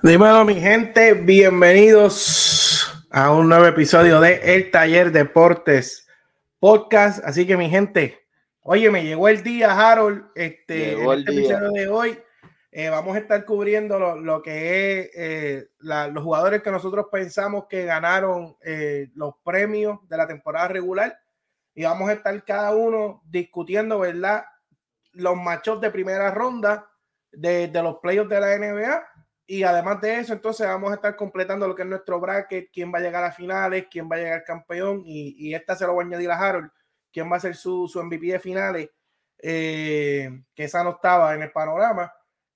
Dímelo, mi gente, bienvenidos a un nuevo episodio de El Taller Deportes Podcast. Así que, mi gente, oye, me llegó el día, Harold. En este episodio de hoy vamos a estar cubriendo lo que es los jugadores que nosotros pensamos que ganaron los premios de la temporada regular, y vamos a estar cada uno discutiendo, ¿verdad?, los matchups de primera ronda de los playoffs de la NBA. Y además de eso, entonces vamos a estar completando lo que es nuestro bracket, quién va a llegar a finales, quién va a llegar campeón, y esta se lo voy a añadir a Harold, quién va a ser su MVP de finales, que esa no estaba en el panorama.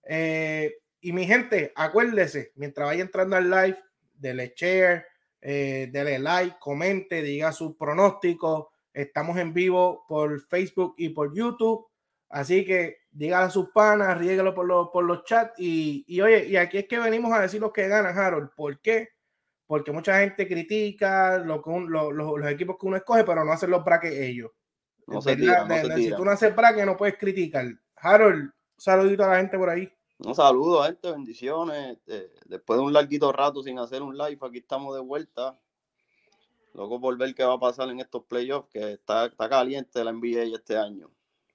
Y mi gente, acuérdese, mientras vaya entrando al live, dele share, dele like, comente, diga sus pronósticos. Estamos en vivo por Facebook y por YouTube. Así que dígale a sus panas, riéguelo por los chats. Y oye, y aquí es que venimos a decir los que ganan, Harold. ¿Por qué? Porque mucha gente critica los equipos que uno escoge, pero no hacen los brackets ellos. No se tiran. Si tú no haces bracket, no puedes criticar. Harold, un saludito a la gente por ahí. Un saludo a gente, bendiciones. Después de un larguito rato sin hacer un live, aquí estamos de vuelta. Loco por ver qué va a pasar en estos playoffs, que está caliente la NBA este año.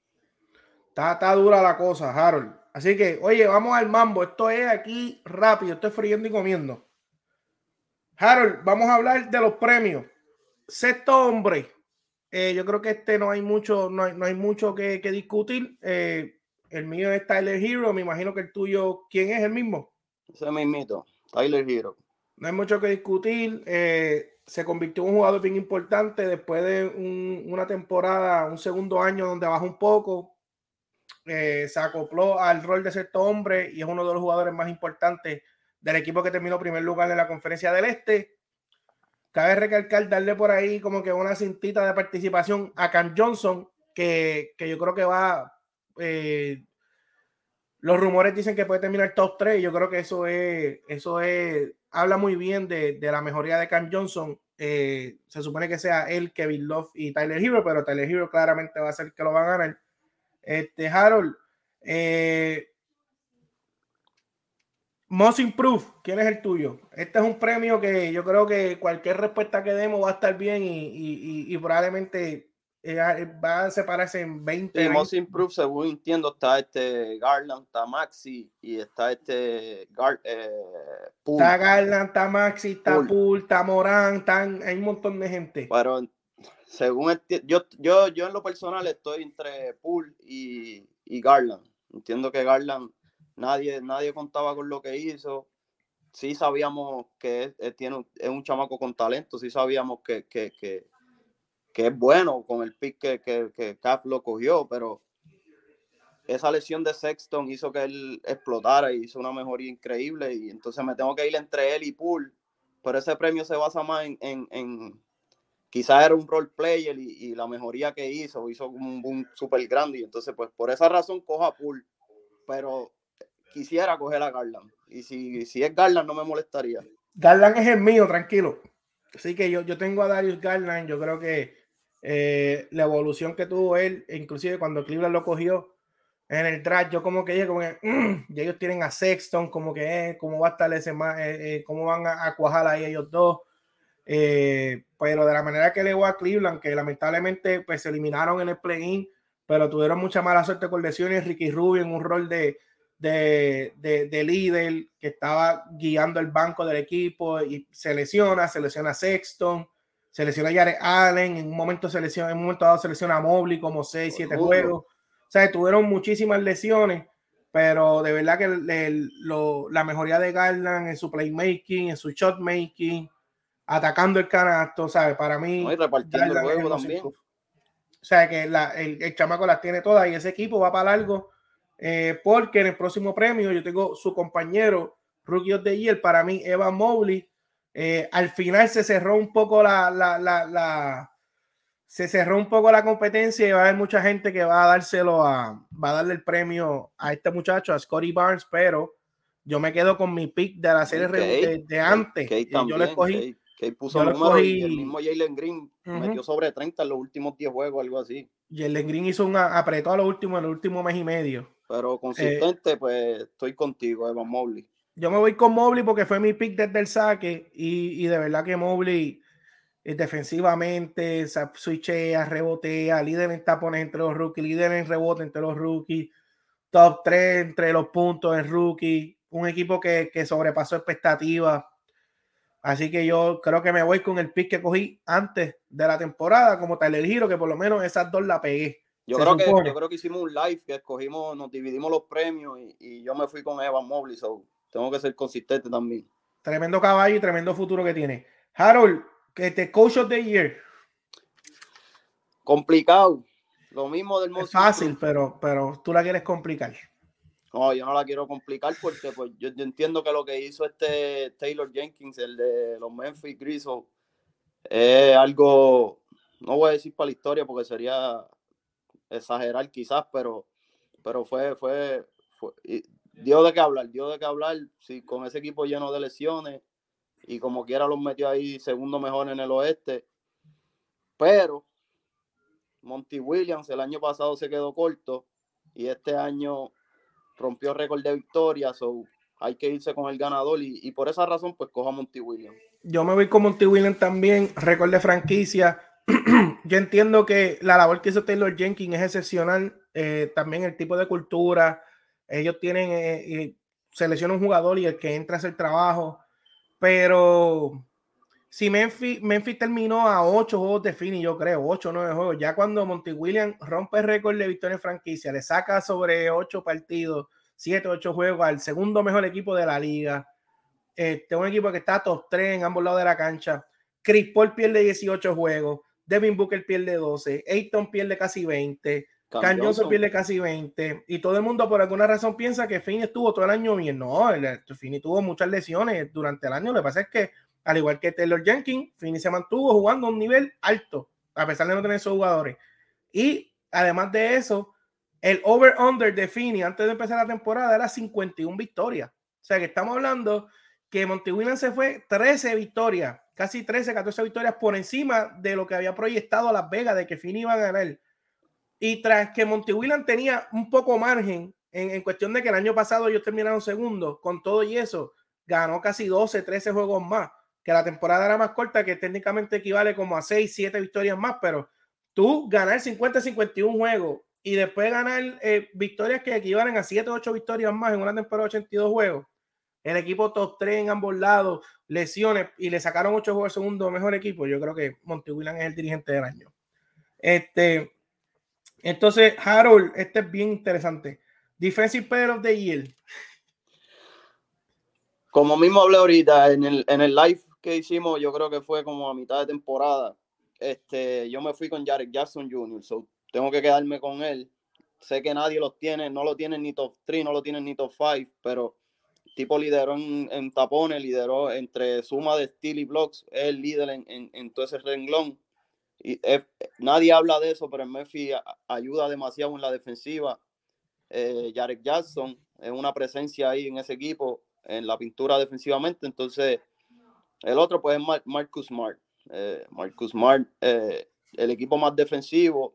Está dura la cosa, Harold. Así que, oye, vamos al mambo. Esto es aquí rápido. Estoy friendo y comiendo. Harold, vamos a hablar de los premios. Sexto hombre. Yo creo que no hay mucho que discutir. El mío es Tyler Hero. Me imagino que el tuyo, ¿quién es el mismo? Ese mismito, Tyler Hero. No hay mucho que discutir. Se convirtió en un jugador bien importante después de una temporada, un segundo año donde bajó un poco. Se acopló al rol de sexto hombre y es uno de los jugadores más importantes del equipo que terminó primer lugar en la Conferencia del Este. Cabe recalcar, darle por ahí como que una cintita de participación a Cam Johnson, que yo creo que va, los rumores dicen que puede terminar top 3. Yo creo que eso habla muy bien de la mejoría de Cam Johnson. Se supone que sea él, Kevin Love y Tyler Hero, pero Tyler Hero claramente va a ser el que lo va a ganar. Harold, Most Improved, ¿quién es el tuyo? Este es un premio que yo creo que cualquier respuesta que demos va a estar bien y probablemente va a separarse en 20. Sí, Most Improved, según entiendo, está Garland, está Maxi y está Poole. Está Garland, está Maxi, está Poole, está Morán, hay un montón de gente. Pero según yo en lo personal estoy entre Poole y Garland. Entiendo que Garland nadie contaba con lo que hizo. Sí sabíamos que es un chamaco con talento, sí sabíamos que es bueno con el pick que Cap lo cogió, pero esa lesión de Sexton hizo que él explotara y hizo una mejoría increíble, y entonces me tengo que ir entre él y Poole, pero ese premio se basa más en quizás era un role player y la mejoría que hizo un boom súper grande, y entonces pues por esa razón cojo a Poole, pero quisiera coger a Garland, y si es Garland no me molestaría. Garland es el mío, tranquilo. Así que yo tengo a Darius Garland. Yo creo que la evolución que tuvo él, inclusive cuando Cleveland lo cogió en el draft, yo como que dije, y ellos tienen a Sexton, como que cómo va a estar cómo van a cuajar ahí ellos dos. Pero de la manera que le voy a Cleveland, que lamentablemente pues se eliminaron en el play-in, pero tuvieron mucha mala suerte con lesiones. Ricky Rubio en un rol de líder, que estaba guiando el banco del equipo, y se lesiona Sexton, se lesiona Jared Allen, en un momento dado se lesiona a Mobley como 6-7 juegos. O sea, tuvieron muchísimas lesiones, pero de verdad que la mejoría de Garland en su playmaking, en su shotmaking, atacando el canasto, ¿sabes? Para mí, no, y repartiendo el juego también. O sea, que el chamaco las tiene todas, y ese equipo va para largo, porque en el próximo premio yo tengo su compañero Rookie of the Year, para mí Evan Mobley. Al final se cerró un poco la competencia, y va a haber mucha gente que va a darle el premio a este muchacho, a Scottie Barnes, pero yo me quedo con mi pick de la serie de antes. Yo lo escogí. Que puso número, y el mismo Jalen Green metió sobre 30 en los últimos 10 juegos, algo así. Jalen Green apretó en el último mes y medio. Pero consistente, pues estoy contigo, Evan Mobley. Yo me voy con Mobley porque fue mi pick desde el saque y de verdad que Mobley defensivamente switchea, rebotea, líder en tapones entre los rookies, líder en rebote entre los rookies, top 3 entre los puntos en rookie, un equipo que sobrepasó expectativas. Así que yo creo que me voy con el pick que cogí antes de la temporada, como Tyler Hero, que por lo menos esas dos la pegué. Yo creo que hicimos un live que escogimos, nos dividimos los premios y yo me fui con Evan Mobley, so tengo que ser consistente también. Tremendo caballo y tremendo futuro que tiene. Harold, que te Coach of the Year. Complicado. Lo mismo del Es fácil, pero tú la quieres complicar. No, yo no la quiero complicar porque pues, yo entiendo que lo que hizo Taylor Jenkins, el de los Memphis Grizzlies, es algo, no voy a decir para la historia porque sería exagerar quizás, pero fue dio de qué hablar, sí, con ese equipo lleno de lesiones y como quiera los metió ahí segundo mejor en el oeste, pero Monty Williams el año pasado se quedó corto y este año rompió récord de victorias, so hay que irse con el ganador y por esa razón pues coja Monty Williams. Yo me voy con Monty Williams también, récord de franquicia. Yo entiendo que la labor que hizo Taylor Jenkins es excepcional, también el tipo de cultura, ellos tienen, selecciona un jugador y el que entra a hacer trabajo, pero si Memphis terminó a 8 juegos de Phoenix, yo creo, 8 o 9 juegos, ya cuando Monty Williams rompe el récord de victoria en franquicia, le saca sobre 8 partidos, 7 o 8 juegos al segundo mejor equipo de la liga, un equipo que está top 3 en ambos lados de la cancha. Chris Paul pierde 18 juegos, Devin Booker pierde 12, Ayton pierde casi 20, Cam Johnson pierde casi 20, y todo el mundo por alguna razón piensa que Phoenix estuvo todo el año bien. No, Phoenix tuvo muchas lesiones durante el año. Lo que pasa es que, al igual que Taylor Jenkins, Phoenix se mantuvo jugando a un nivel alto, a pesar de no tener esos jugadores. Y además de eso, el over-under de Phoenix antes de empezar la temporada era 51 victorias. O sea que estamos hablando que Monty Williams se fue 13 victorias, casi 13, 14 victorias por encima de lo que había proyectado Las Vegas de que Phoenix iba a ganar. Y tras que Monty Williams tenía un poco margen en cuestión de que el año pasado ellos terminaron segundo, con todo y eso, ganó casi 12, 13 juegos más, que la temporada era más corta, que técnicamente equivale como a 6, 7 victorias más, pero tú ganar 50, 51 juegos y después ganar victorias que equivalen a 7, 8 victorias más en una temporada de 82 juegos, el equipo top 3 en ambos lados, lesiones, y le sacaron 8 juegos al segundo mejor equipo. Yo creo que Monty Williams es el dirigente del año. Entonces, Harold, este es bien interesante. Defensive Player of the Year. Como mismo hablé ahorita en el live que hicimos, yo creo que fue como a mitad de temporada. Yo me fui con Jarrett Jackson Jr., so tengo que quedarme con él. Sé que nadie los tiene, no lo tienen ni top 3, no lo tienen ni top 5, pero tipo lideró en tapones, lideró entre suma de steal y blocks, es el líder en todo ese renglón. Y nadie habla de eso, pero en Memphis ayuda demasiado en la defensiva. Jarrett Jackson es una presencia ahí en ese equipo, en la pintura defensivamente. Entonces, el otro pues es Marcus Smart. Marcus Smart, el equipo más defensivo,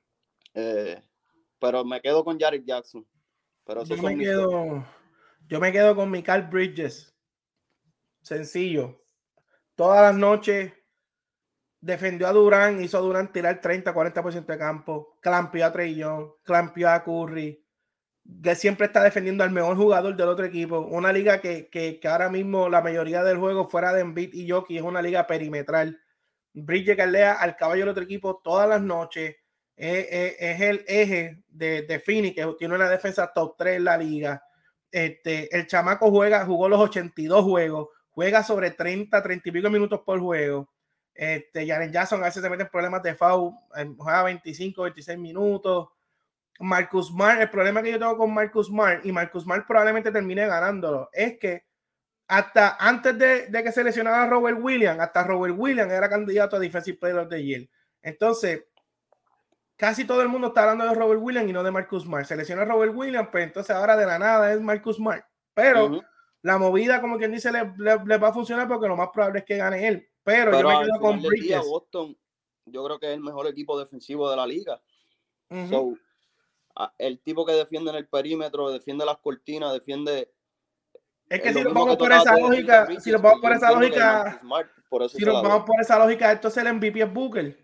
pero me quedo con Jarrett Jackson. Pero yo me quedo con Mikal Bridges. Sencillo. Todas las noches defendió a Durant, hizo a Durant tirar 30-40% de campo, clampió a Trae Young, clampió a Curry, que siempre está defendiendo al mejor jugador del otro equipo. Una liga que ahora mismo la mayoría del juego fuera de Embiid y Jokic es una liga perimetral. Bridges caldea al caballo del otro equipo todas las noches. Es el eje de Phoenix, que tiene una defensa top 3 en la liga. El chamaco jugó los 82 juegos, juega sobre 30 y pico minutos por juego. Jaren Jackson a veces se mete en problemas de foul, juega 25, 26 minutos. Marcus Smart, el problema que yo tengo con Marcus Smart, y Marcus Smart probablemente termine ganándolo, es que hasta antes de que se lesionara Robert Williams, hasta Robert Williams era candidato a Defensive Player of the Year. Entonces, casi todo el mundo está hablando de Robert Williams y no de Marcus Smart. Se lesiona Robert Williams, pues entonces ahora de la nada es Marcus Smart. Pero la movida, como quien dice, le va a funcionar porque lo más probable es que gane él. Pero yo me quedo con Bridges. Boston, yo creo que es el mejor equipo defensivo de la liga. So, el tipo que defiende en el perímetro, defiende las cortinas, defiende Es que si nos vamos por esa lógica, si nos vamos por esa lógica, si nos vamos por esa lógica, entonces el MVP es Booker.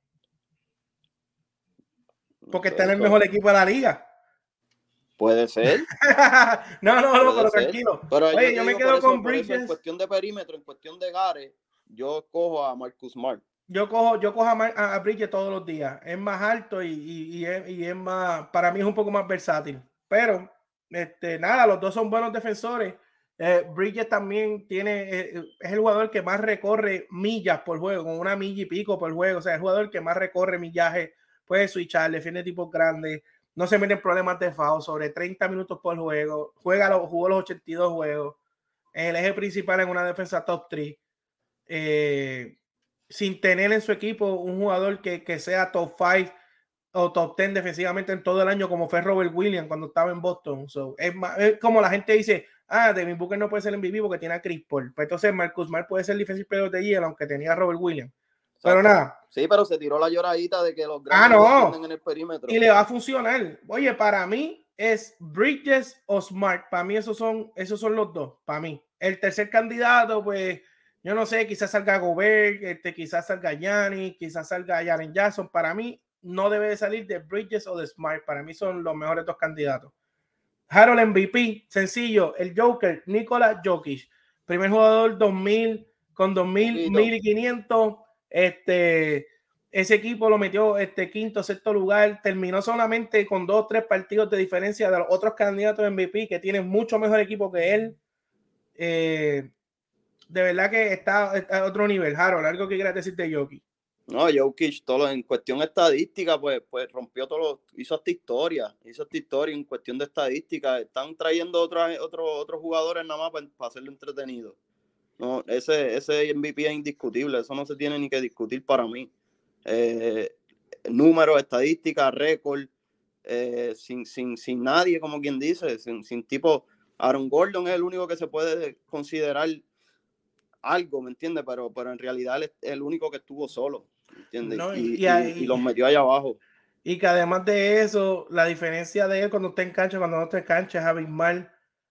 Porque está en el mejor equipo de la liga. Puede ser. no, pero tranquilo. Pero oye, yo me quedo con Bridges. En cuestión de perímetro, en cuestión de Gare, yo cojo a Marcus Smart. Yo cojo a Bridges todos los días. Es más alto y es más, para mí es un poco más versátil. Pero, nada, los dos son buenos defensores. Bridges también es el jugador que más recorre millas por juego, con 1 milla y pico por juego. O sea, es el jugador que más recorre millaje, puede switchar, defiende tipos grandes, no se meten problemas de foul, sobre 30 minutos por juego, jugó los 82 juegos, en el eje principal en una defensa top 3, sin tener en su equipo un jugador que sea top 5 o top 10 defensivamente en todo el año, como fue Robert Williams cuando estaba en Boston. Es como la gente dice, Devin Booker no puede ser MVP porque tiene a Chris Paul. Pues entonces Marcus Smart puede ser Defensive Player of the Year, aunque tenía a Robert Williams. Pero nada. Sí, pero se tiró la lloradita de que los grandes defienden en el perímetro. Y le va a funcionar. Oye, para mí es Bridges o Smart. Para mí esos son los dos. Para mí. El tercer candidato, pues, yo no sé, quizás salga Gobert, quizás salga Giannis, quizás salga Jaren Jackson. Para mí no debe de salir de Bridges o de Smart. Para mí son los mejores dos candidatos. Harold MVP, sencillo. El Joker, Nikola Jokic. Primer jugador 2000 con 2000, 1500. Ese equipo lo metió quinto, sexto lugar, terminó solamente con 2 o 3 partidos de diferencia de los otros candidatos de MVP que tienen mucho mejor equipo que él. De verdad que está a otro nivel. Harold, ¿algo que quieras decir de Jokic? No, Jokic, todo en cuestión estadística, pues rompió hizo esta historia en cuestión de estadística. Están trayendo otros jugadores nada más para hacerlo entretenido. No, ese MVP es indiscutible, eso no se tiene ni que discutir para mí. Números, estadísticas, récord, sin nadie, como quien dice, sin tipo. Aaron Gordon es el único que se puede considerar algo, ¿me entiendes? Pero en realidad él es el único que estuvo solo, ¿me entiendes? No, y los metió allá abajo. Y que además de eso, la diferencia de él cuando está en cancha, cuando no está en cancha es abismal.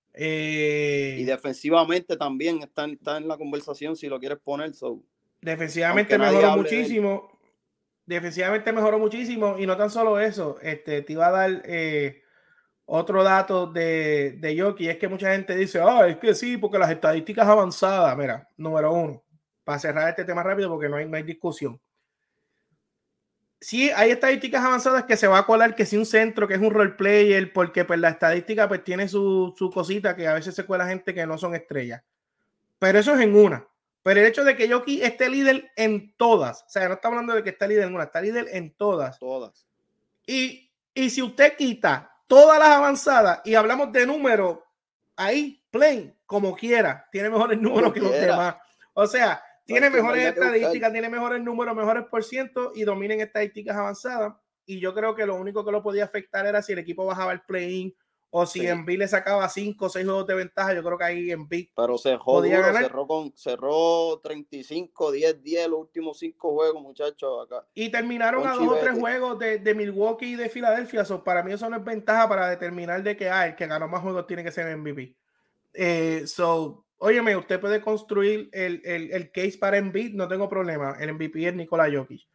Y defensivamente también está en la conversación si lo quieres poner. Defensivamente mejoró muchísimo. Defensivamente mejoró muchísimo. Y no tan solo eso, te iba a dar otro dato de Jokic. Es que mucha gente dice, es que sí, porque las estadísticas avanzadas. Mira, número 1, para cerrar este tema rápido porque no hay discusión. Sí, hay estadísticas avanzadas que se va a colar que si un centro, que es un role player, porque pues la estadística pues tiene su cosita que a veces se cuela gente que no son estrellas. Pero eso es en una. Pero el hecho de que Jokic esté líder en todas, o sea, no está hablando de que está líder en una, está líder en todas. Todas. Y si usted quita todas las avanzadas y hablamos de números, ahí, plain, como quiera, tiene mejores números que los demás. O sea, tiene mejores estadísticas, tiene mejores números, mejores por ciento y domina en estadísticas avanzadas. Y yo creo que lo único que lo podía afectar era si el equipo bajaba el play-in o si Embiid le sacaba 5 o 6 juegos de ventaja. Yo creo que ahí Embiid podía ganar. Cerró 35, 10 los últimos 5 juegos, muchachos. Acá. Y terminaron a 2 o 3 juegos de Milwaukee y de Filadelfia. Para mí eso no es ventaja para determinar de que el que ganó más juegos tiene que ser el MVP. Óyeme, usted puede construir el case para Embiid, no tengo problema. El MVP es Nikola Jokic.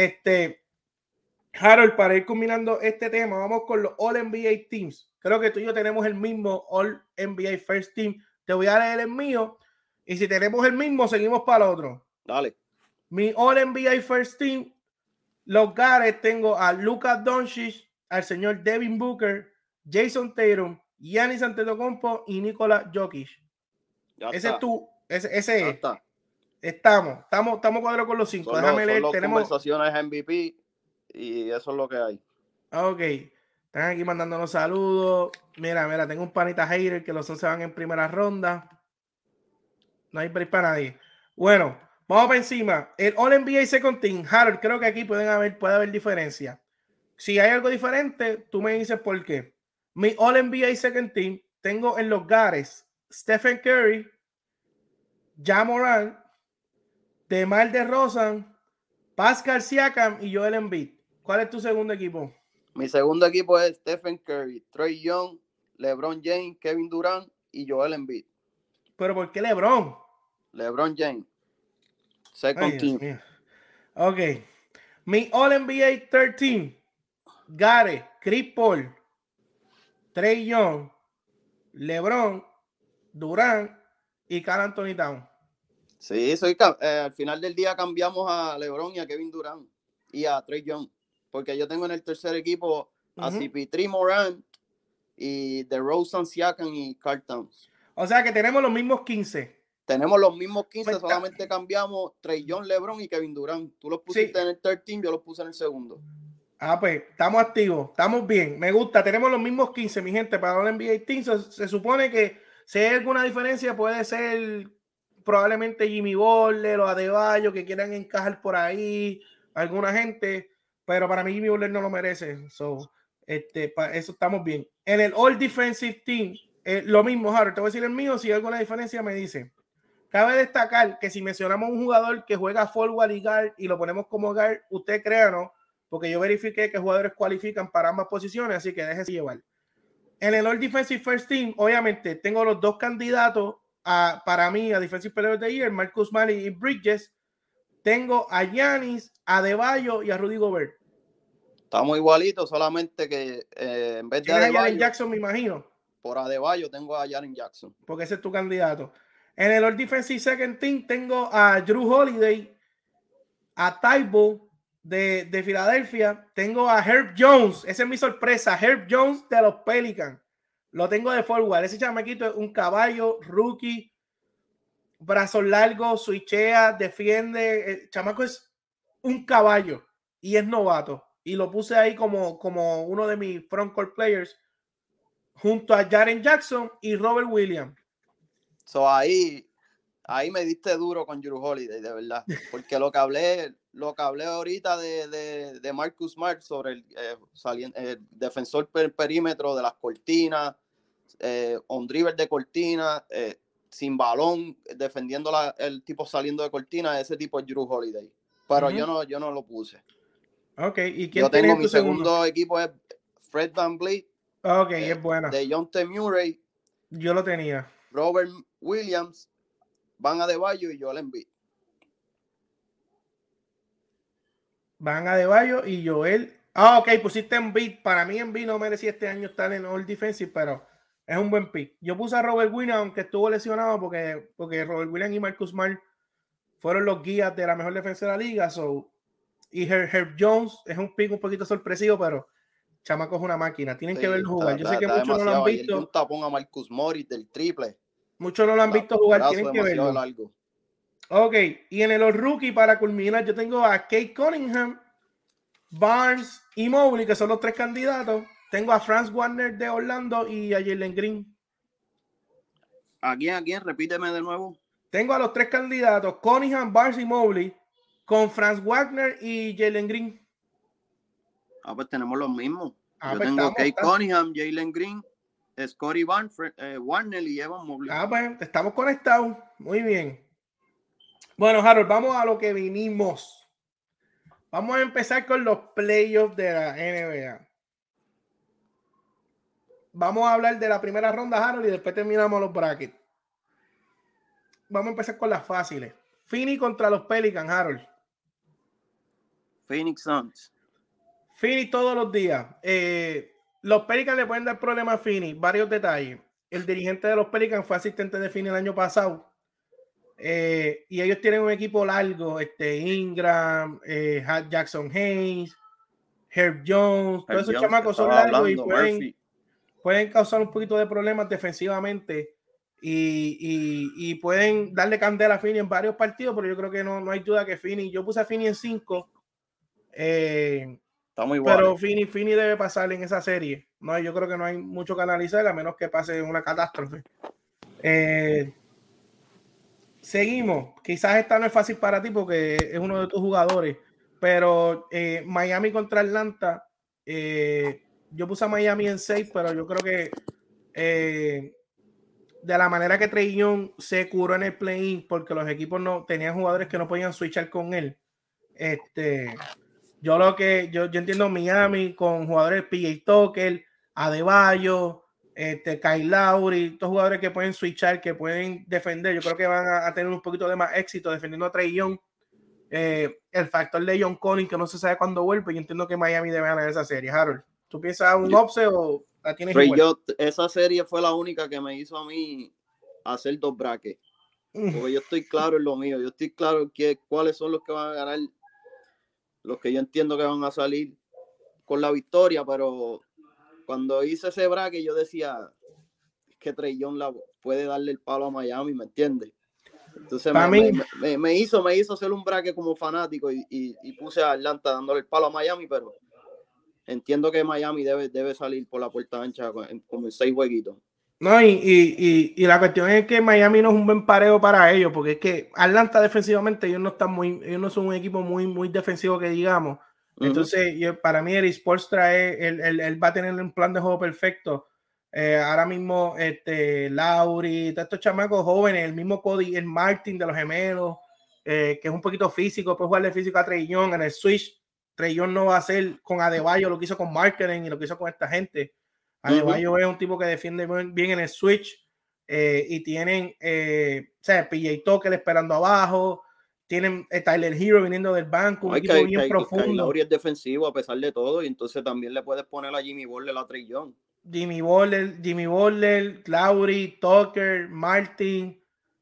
Harold, para ir combinando este tema, vamos con los All-NBA Teams. Creo que tú y yo tenemos el mismo All-NBA First Team. Te voy a leer el mío. Y si tenemos el mismo, seguimos para el otro. Dale. Mi All-NBA First Team, los Gares, tengo a Luka Doncic, al señor Devin Booker, Jason Tatum, Giannis Antetokounmpo y Nikola Jokic. Ese es tú. Ese es. Está. Estamos cuadrados con los 5. Déjame leer. Tenemos conversaciones MVP y eso es lo que hay. Ok. Están aquí mandándonos saludos. Mira, tengo un panita hater que los dos se van en primera ronda. No hay break para nadie. Bueno, vamos para encima. El All-NBA Second Team. Harold, creo que aquí puede haber diferencia. Si hay algo diferente, tú me dices por qué. Mi All-NBA Second Team, tengo en los Gares Stephen Curry, Ja Morant, DeMar DeRozan, Pascal Siakam y Joel Embiid. ¿Cuál es tu segundo equipo? Mi segundo equipo es Stephen Curry, Trae Young, LeBron James, Kevin Durant y Joel Embiid. ¿Pero por qué LeBron? LeBron James. Second team. Mío. Ok. Mi All-NBA 13. Gare, Chris Paul, Trae Young, LeBron, Durant y Karl Anthony Towns. Sí, al final del día cambiamos a LeBron y a Kevin Durant y a Trae Young. Porque yo tengo en el tercer equipo a CP3 Morant y DeRozan, Siakam y Karl Towns. O sea que tenemos los mismos 15. Tenemos los mismos 15, solamente cambiamos Trae Young, LeBron y Kevin Durant. Tú los pusiste en el third team, yo los puse en el segundo. Pues estamos activos, estamos bien. Me gusta, tenemos los mismos 15, mi gente, para el NBA Team. Se supone que si hay alguna diferencia puede ser probablemente Jimmy Butler o Adebayo que quieran encajar por ahí, alguna gente, pero para mí Jimmy Butler no lo merece. Para eso estamos bien. En el All Defensive Team, lo mismo, Harold, te voy a decir el mío, si hay alguna diferencia me dice. Cabe destacar que si mencionamos un jugador que juega forward y guard y lo ponemos como guard, usted créanos, porque yo verifiqué que jugadores cualifican para ambas posiciones, así que déjese llevar. En el All Defensive First Team, obviamente, tengo los dos candidatos para mí a Defensive Player of the Year, Marcus Smart y Bridges. Tengo a Giannis, a Adebayo y a Rudy Gobert. Estamos igualitos, solamente que en vez de Adebayo, a Jaren Jackson, me imagino. Por Adebayo tengo a Jaren Jackson. Porque ese es tu candidato. En el All Defensive Second Team tengo a Jrue Holiday, a Thybulle de Filadelfia, tengo a Herb Jones, esa es mi sorpresa, Herb Jones de los Pelicans, lo tengo de forward, ese chamaquito es un caballo, rookie, brazos largos, switchea, defiende, el chamaco es un caballo y es novato, y lo puse ahí como uno de mis frontcourt players, junto a Jaren Jackson y Robert Williams. Ahí me diste duro con Jrue Holiday, de verdad, porque lo que hablé ahorita de Marcus Smart sobre el defensor perímetro de las cortinas, on dribble de cortina, sin balón, defendiendo el tipo saliendo de cortina, ese tipo es Jrue Holiday. Pero yo no lo puse. Ok, ¿y quién yo tengo mi segundo equipo es Fred VanVleet. Ok, es buena. De Dejounte Murray. Yo lo tenía. Robert Williams, Van Adebayo y Joel Embiid. Van Adebayo y Joel. Ok, pusiste Embiid. Para mí Embiid no merecía este año estar en All Defensive, pero es un buen pick. Yo puse a Robert Williams, aunque estuvo lesionado, porque Robert Williams y Marcus Smart fueron los guías de la mejor defensa de la liga. Y Herb Jones es un pick un poquito sorpresivo, pero chamaco es una máquina. Tienen que verlo jugar. Yo sé que muchos no lo han visto. Un tapón a Marcus Morris del triple. Muchos no lo han visto jugar. Tienen que verlo. Largo. Ok, y en el rookie, para culminar, yo tengo a Kate Cunningham, Barnes y Mobley, que son los tres candidatos. Tengo a Franz Wagner de Orlando y a Jalen Green. ¿A quién? Repíteme de nuevo. Tengo a los tres candidatos, Cunningham, Barnes y Mobley, con Franz Wagner y Jalen Green. Pues tenemos los mismos. Yo tengo Kate Cunningham, Jalen Green, Scottie Barnes, Wagner y Evan Mobley. Pues estamos conectados. Muy bien. Bueno, Harold, vamos a lo que vinimos. Vamos a empezar con los playoffs de la NBA. Vamos a hablar de la primera ronda, Harold, y después terminamos los brackets. Vamos a empezar con las fáciles. Phoenix contra los Pelicans, Harold. Phoenix Suns. Phoenix todos los días. Los Pelicans le pueden dar problemas a Phoenix. Varios detalles. El dirigente de los Pelicans fue asistente de Phoenix el año pasado. Y ellos tienen un equipo largo, Ingram, Jackson Hayes, Herb Jones, todos esos chamacos son largos y pueden causar un poquito de problemas defensivamente y pueden darle candela a Phoenix en varios partidos, pero yo creo que no hay duda que Phoenix, yo puse a Phoenix en 5, está muy bueno. Pero Phoenix debe pasar en esa serie. No, yo creo que no hay mucho que analizar a menos que pase una catástrofe. Seguimos. Quizás esta no es fácil para ti porque es uno de tus jugadores, pero Miami contra Atlanta, yo puse a Miami en 6, pero yo creo que de la manera que Trae Young se curó en el play-in porque los equipos no tenían jugadores que no podían switchar con él. Yo entiendo Miami con jugadores PJ Tucker, Adebayo, Kyle Lowry, estos jugadores que pueden switchar, que pueden defender. Yo creo que van a tener un poquito de más éxito defendiendo a Trae Young. El factor de John Collins, que no se sabe cuándo vuelve. Yo entiendo que Miami debe ganar esa serie. Harold, ¿tú piensas un upset o la tienes igual? Esa serie fue la única que me hizo a mí hacer 2 brackets. Porque yo estoy claro en lo mío. Yo estoy claro cuáles son los que van a ganar, los que yo entiendo que van a salir con la victoria, pero cuando hice ese bracket yo decía que Trae Young puede darle el palo a Miami, ¿me entiendes? Entonces me hizo hacer un bracket como fanático y puse a Atlanta dándole el palo a Miami, pero entiendo que Miami debe salir por la puerta ancha como en 6 jueguitos. No, y la cuestión es que Miami no es un buen pareo para ellos, porque es que Atlanta defensivamente ellos no son un equipo muy defensivo que digamos. Entonces, para mí el Spoelstra él va a tener un plan de juego perfecto. Ahora mismo, Lowry, todos estos chamacos jóvenes, el mismo Cody, el Martin de los gemelos, que es un poquito físico, puede jugarle físico a Trae Young en el switch. Trae Young no va a hacer con Adebayo lo que hizo con Marketing y lo que hizo con esta gente. Adebayo es un tipo que defiende bien en el switch, y tienen PJ Tucker esperando abajo, tienen Tyler Hero viniendo del banco, un equipo bien profundo. Kyle Lowry es defensivo a pesar de todo, y entonces también le puedes poner a Jimmy Butler a Trae Young. Jimmy Butler, Lowry, Tucker, Martin,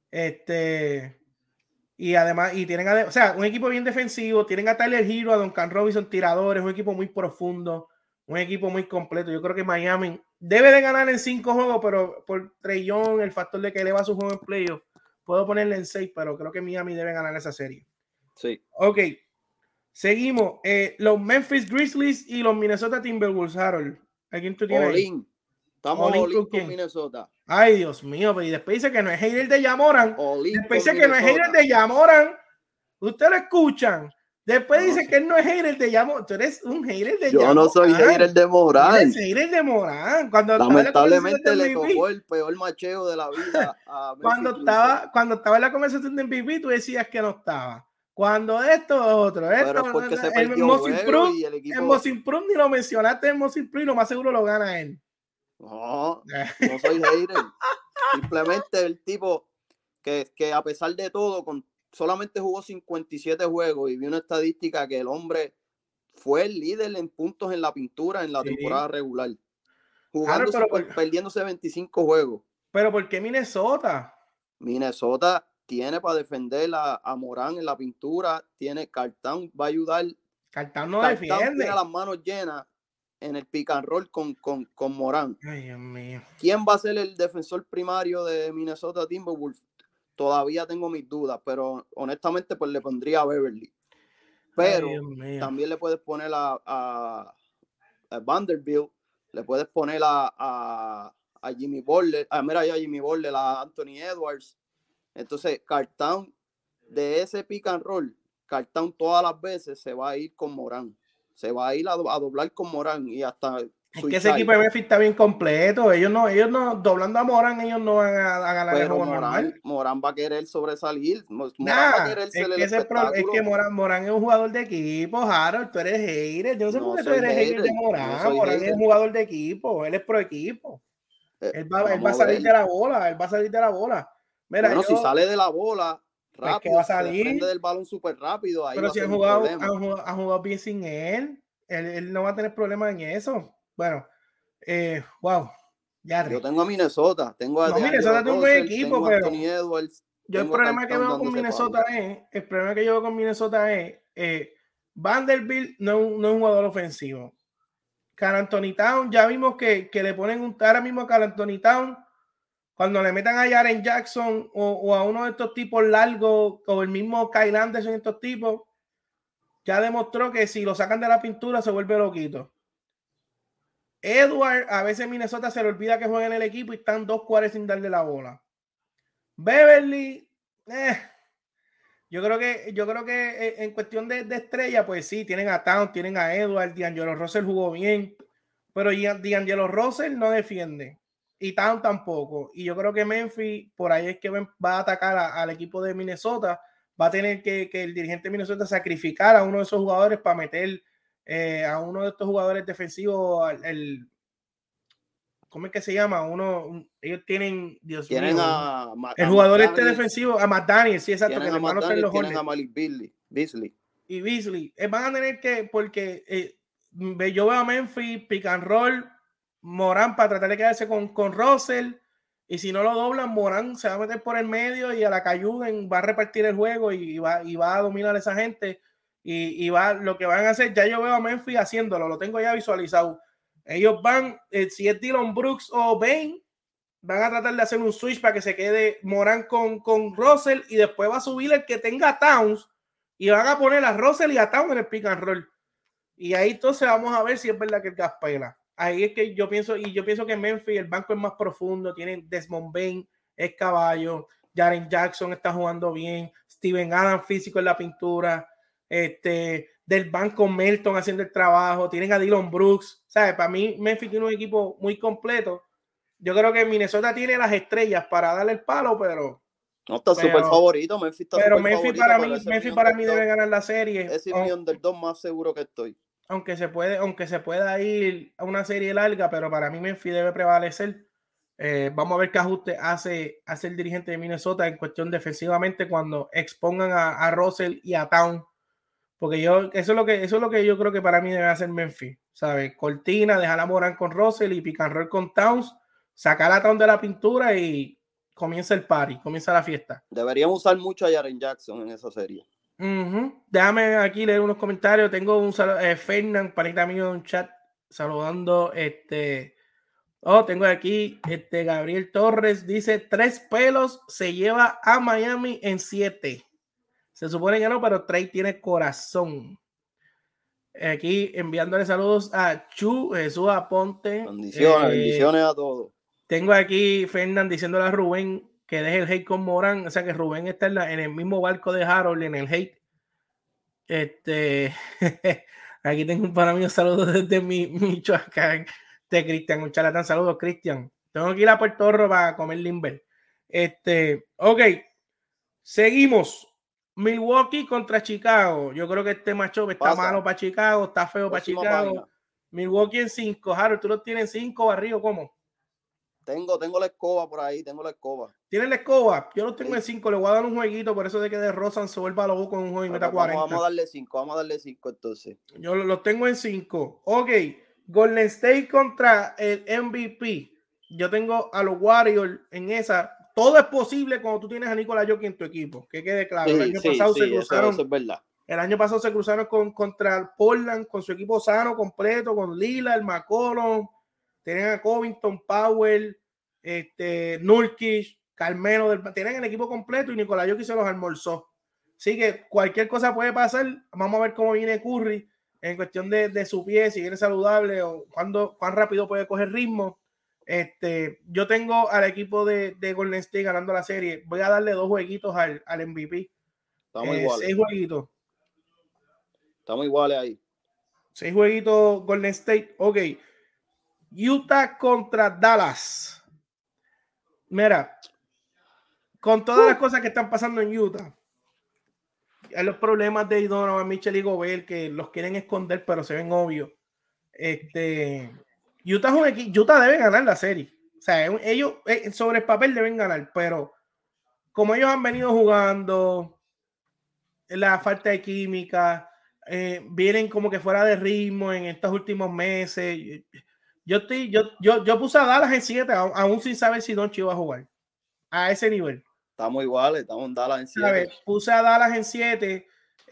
y además, tienen un equipo bien defensivo, tienen a Tyler Hero, a Duncan Robinson, tiradores, un equipo muy profundo, un equipo muy completo. Yo creo que Miami debe de ganar en 5 juegos, pero por Trae Young, el factor de que eleva su juego en playoff, puedo ponerle en 6, pero creo que Miami debe ganar esa serie. Sí. Ok, seguimos. Los Memphis Grizzlies y los Minnesota Timberwolves, Harold. ¿A quién tú tienes ahí? Estamos all-in con Minnesota. Ay, Dios mío, pero y después dice que no es hater de Yamoran. Después dice que no es hater de Yamoran. Ustedes lo escuchan. Después dice que él no es hater de Yamoran. Tú eres un hater de Yamoran. Yo no soy hater de Morán. Eres hater de Morán. Lamentablemente le tocó el peor macheo de la vida a cuando estaba en la conversación de MVP, tú decías que no estaba. Cuando esto otro. Pero es porque se perdió el juego y el equipo... El Most Improved ni lo mencionaste, el Most Improved, lo más seguro lo gana él. No soy hater. Simplemente el tipo que a pesar de todo, solamente jugó 57 juegos y vi una estadística que el hombre fue el líder en puntos en la pintura en la temporada regular. Perdiéndose 25 juegos. ¿Pero por qué Minnesota? Minnesota tiene para defender a Morán en la pintura. Cartán va a ayudar. Cartán no defiende. Tiene las manos llenas en el pick and roll con Morán. Ay, Dios mío. ¿Quién va a ser el defensor primario de Minnesota Timberwolves? Todavía tengo mis dudas, pero honestamente pues le pondría a Beverly. Pero también le puedes poner a Vanderbilt, le puedes poner a Jimmy Butler, a Jimmy Butler, a Anthony Edwards. Entonces, Cartán, de ese pick and roll, Cartán todas las veces se va a ir con Morán. Se va a ir a doblar con Morán y hasta... Es que ese equipo de Memphis está bien completo. Ellos no, doblando a Morán, ellos no van a ganar el juego normal. Morán va a querer sobresalir. Va a querer ser el espectáculo. Es que Morán es un jugador de equipo, Harold. Tú eres hater. Yo no sé por qué tú eres hater de Morán. Morán es un jugador de equipo. Él es pro equipo. Él va a salir de la bola. Él va a salir de la bola. Mira, si sale de la bola rápido, pues va a salir. Se prende del balón súper rápido. Ahí pero si han jugado bien sin él no va a tener problemas en eso. Bueno, wow. Yo tengo a Minnesota. Minnesota tiene un buen equipo, pero Edwards, yo el problema que veo con Minnesota es Vanderbilt no es un jugador ofensivo. Karl Anthony Towns, ya vimos que le ponen ahora mismo a Karl Anthony Towns, cuando le metan a Jaren Jackson o a uno de estos tipos largos, o el mismo Kyle Anderson, estos tipos, ya demostró que si lo sacan de la pintura se vuelve loquito. Edward, a veces Minnesota se le olvida que juega en el equipo y están 2 cuadros sin darle la bola. Beverly, yo creo que en cuestión de estrella, pues sí, tienen a Town, tienen a Edward, D'Angelo Russell jugó bien, pero D'Angelo Russell no defiende y Town tampoco. Y yo creo que Memphis, por ahí es que va a atacar al equipo de Minnesota. Va a tener que el dirigente de Minnesota sacrificar a uno de esos jugadores para meter a uno de estos jugadores defensivos, ¿cómo es que se llama? Ellos tienen, Dios tienen mío, el jugador defensivo, a McDaniel, sí, exacto, que el hermano está en los Hornets. Tienen a Malik Beasley. Y Beasley. Van a tener que, porque yo veo a Memphis, pick and roll, Morán para tratar de quedarse con Russell, y si no lo doblan, Morán se va a meter por el medio y a la Cayuden va a repartir el juego y va a dominar a esa gente. Y lo que van a hacer, ya yo veo a Memphis haciéndolo, lo tengo ya visualizado. Ellos van, si es Dillon Brooks o Bane, van a tratar de hacer un switch para que se quede Morán con Russell, y después va a subir el que tenga Towns, y van a poner a Russell y a Towns en el pick and roll. Y ahí entonces vamos a ver si es verdad que el gas pela. Ahí es que yo pienso que en Memphis el banco es más profundo, tienen Desmond Bane, es caballo, Jaren Jackson está jugando bien, Steven Adams físico en la pintura, del banco Melton haciendo el trabajo, tienen a Dillon Brooks, ¿sabes? Para mí Memphis tiene un equipo muy completo. Yo creo que Minnesota tiene las estrellas para darle el palo, pero no está súper favorito. Memphis para mí debe ganar la serie. Es mi underdog más seguro que estoy. Aunque se pueda ir a una serie larga, pero para mí Memphis debe prevalecer. Vamos a ver qué ajuste hace el dirigente de Minnesota en cuestión defensivamente cuando expongan a Russell y a Town, porque eso es lo que yo creo que para mí debe hacer Memphis, ¿sabes? Cortina, dejar a Morán con Russell y pick and roll con Towns, sacar a Town de la pintura y comienza el party, comienza la fiesta. Deberíamos usar mucho a Jaren Jackson en esa serie. Déjame aquí leer unos comentarios. Tengo un saludo, Fernand, panita mío, en un chat saludando. Tengo aquí Gabriel Torres, dice 3 pelos se lleva a Miami en 7. Se supone que no, pero Trey tiene corazón. Aquí enviándole saludos a Chu, Jesús Aponte. Bendiciones a todos. Tengo aquí Fernand diciéndole a Rubén que deje el hate con Morán, o sea que Rubén está en el mismo barco de Harold en el hate. Aquí tengo un para mí un saludo desde Michoacán de Cristian, un charlatán. Saludos, Cristian. Tengo que ir a Puerto Rico para comer limber. Ok, seguimos. Milwaukee contra Chicago. Yo creo que este matchup está malo para Chicago, está feo para Chicago. Página. Milwaukee en 5. Harold, ¿tú lo tienes 5 barrio? ¿Cómo? Tengo la escoba por ahí, ¿Tienes la escoba? Yo lo tengo en 5, le voy a dar un jueguito, por eso de que de Rosan se vuelva loco con un juego y meta 40. Vamos a darle 5 entonces. Yo lo tengo en 5. Ok, Golden State contra el MVP. Yo tengo a los Warriors en esa. Todo es posible cuando tú tienes a Nikola Jokic en tu equipo, que quede claro. Sí, el año pasado se cruzaron. Eso es verdad. El año pasado se cruzaron contra Portland, con su equipo sano, completo, con Lillard, McCollum. Tienen a Covington, Powell, Nurkic, Carmelo, tienen el equipo completo y Nikola Jokic se los almorzó. Así que cualquier cosa puede pasar. Vamos a ver cómo viene Curry en cuestión de su pie, si viene saludable o cuán rápido puede coger ritmo. Yo tengo al equipo de Golden State ganando la serie. Voy a darle 2 jueguitos al MVP. Estamos iguales. 6 jueguitos. Estamos iguales ahí. 6 jueguitos Golden State. Ok. Utah contra Dallas. Mira, con todas las cosas que están pasando en Utah, hay los problemas de Donovan Mitchell y Gobert que los quieren esconder, pero se ven obvios. Utah es un equipo, Utah debe ganar la serie. O sea, ellos sobre el papel deben ganar, pero como ellos han venido jugando, la falta de química, vienen como que fuera de ritmo en estos últimos meses. Yo puse a Dallas en 7, aún sin saber si Doncic iba a jugar a ese nivel. Estamos iguales, estamos en Dallas en 7. Puse a Dallas en 7.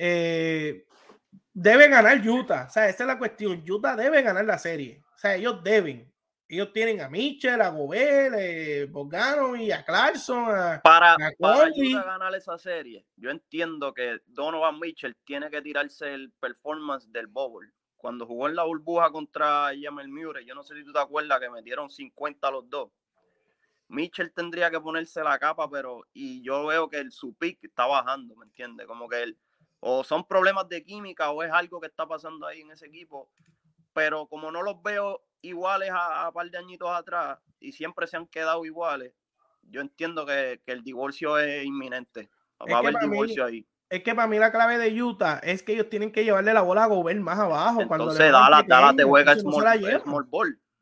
Debe ganar Utah. O sea, esa es la cuestión. Utah debe ganar la serie. O sea, ellos deben. Ellos tienen a Mitchell, a Gobert, Bogdanovic y a Clarkson. Para Utah ganar esa serie, yo entiendo que Donovan Mitchell tiene que tirarse el performance del bubble. Cuando jugó en la burbuja contra Jamal Murray, yo no sé si tú te acuerdas que metieron 50 los dos. Mitchell tendría que ponerse la capa, y yo veo que su pick está bajando, ¿me entiendes? Como que o son problemas de química o es algo que está pasando ahí en ese equipo, pero como no los veo iguales a par de añitos atrás y siempre se han quedado iguales, yo entiendo que el divorcio es inminente. Va a haber divorcio ahí. Es que para mí la clave de Utah es que ellos tienen que llevarle la bola a Gobert más abajo. Entonces Dallas te juega small ball.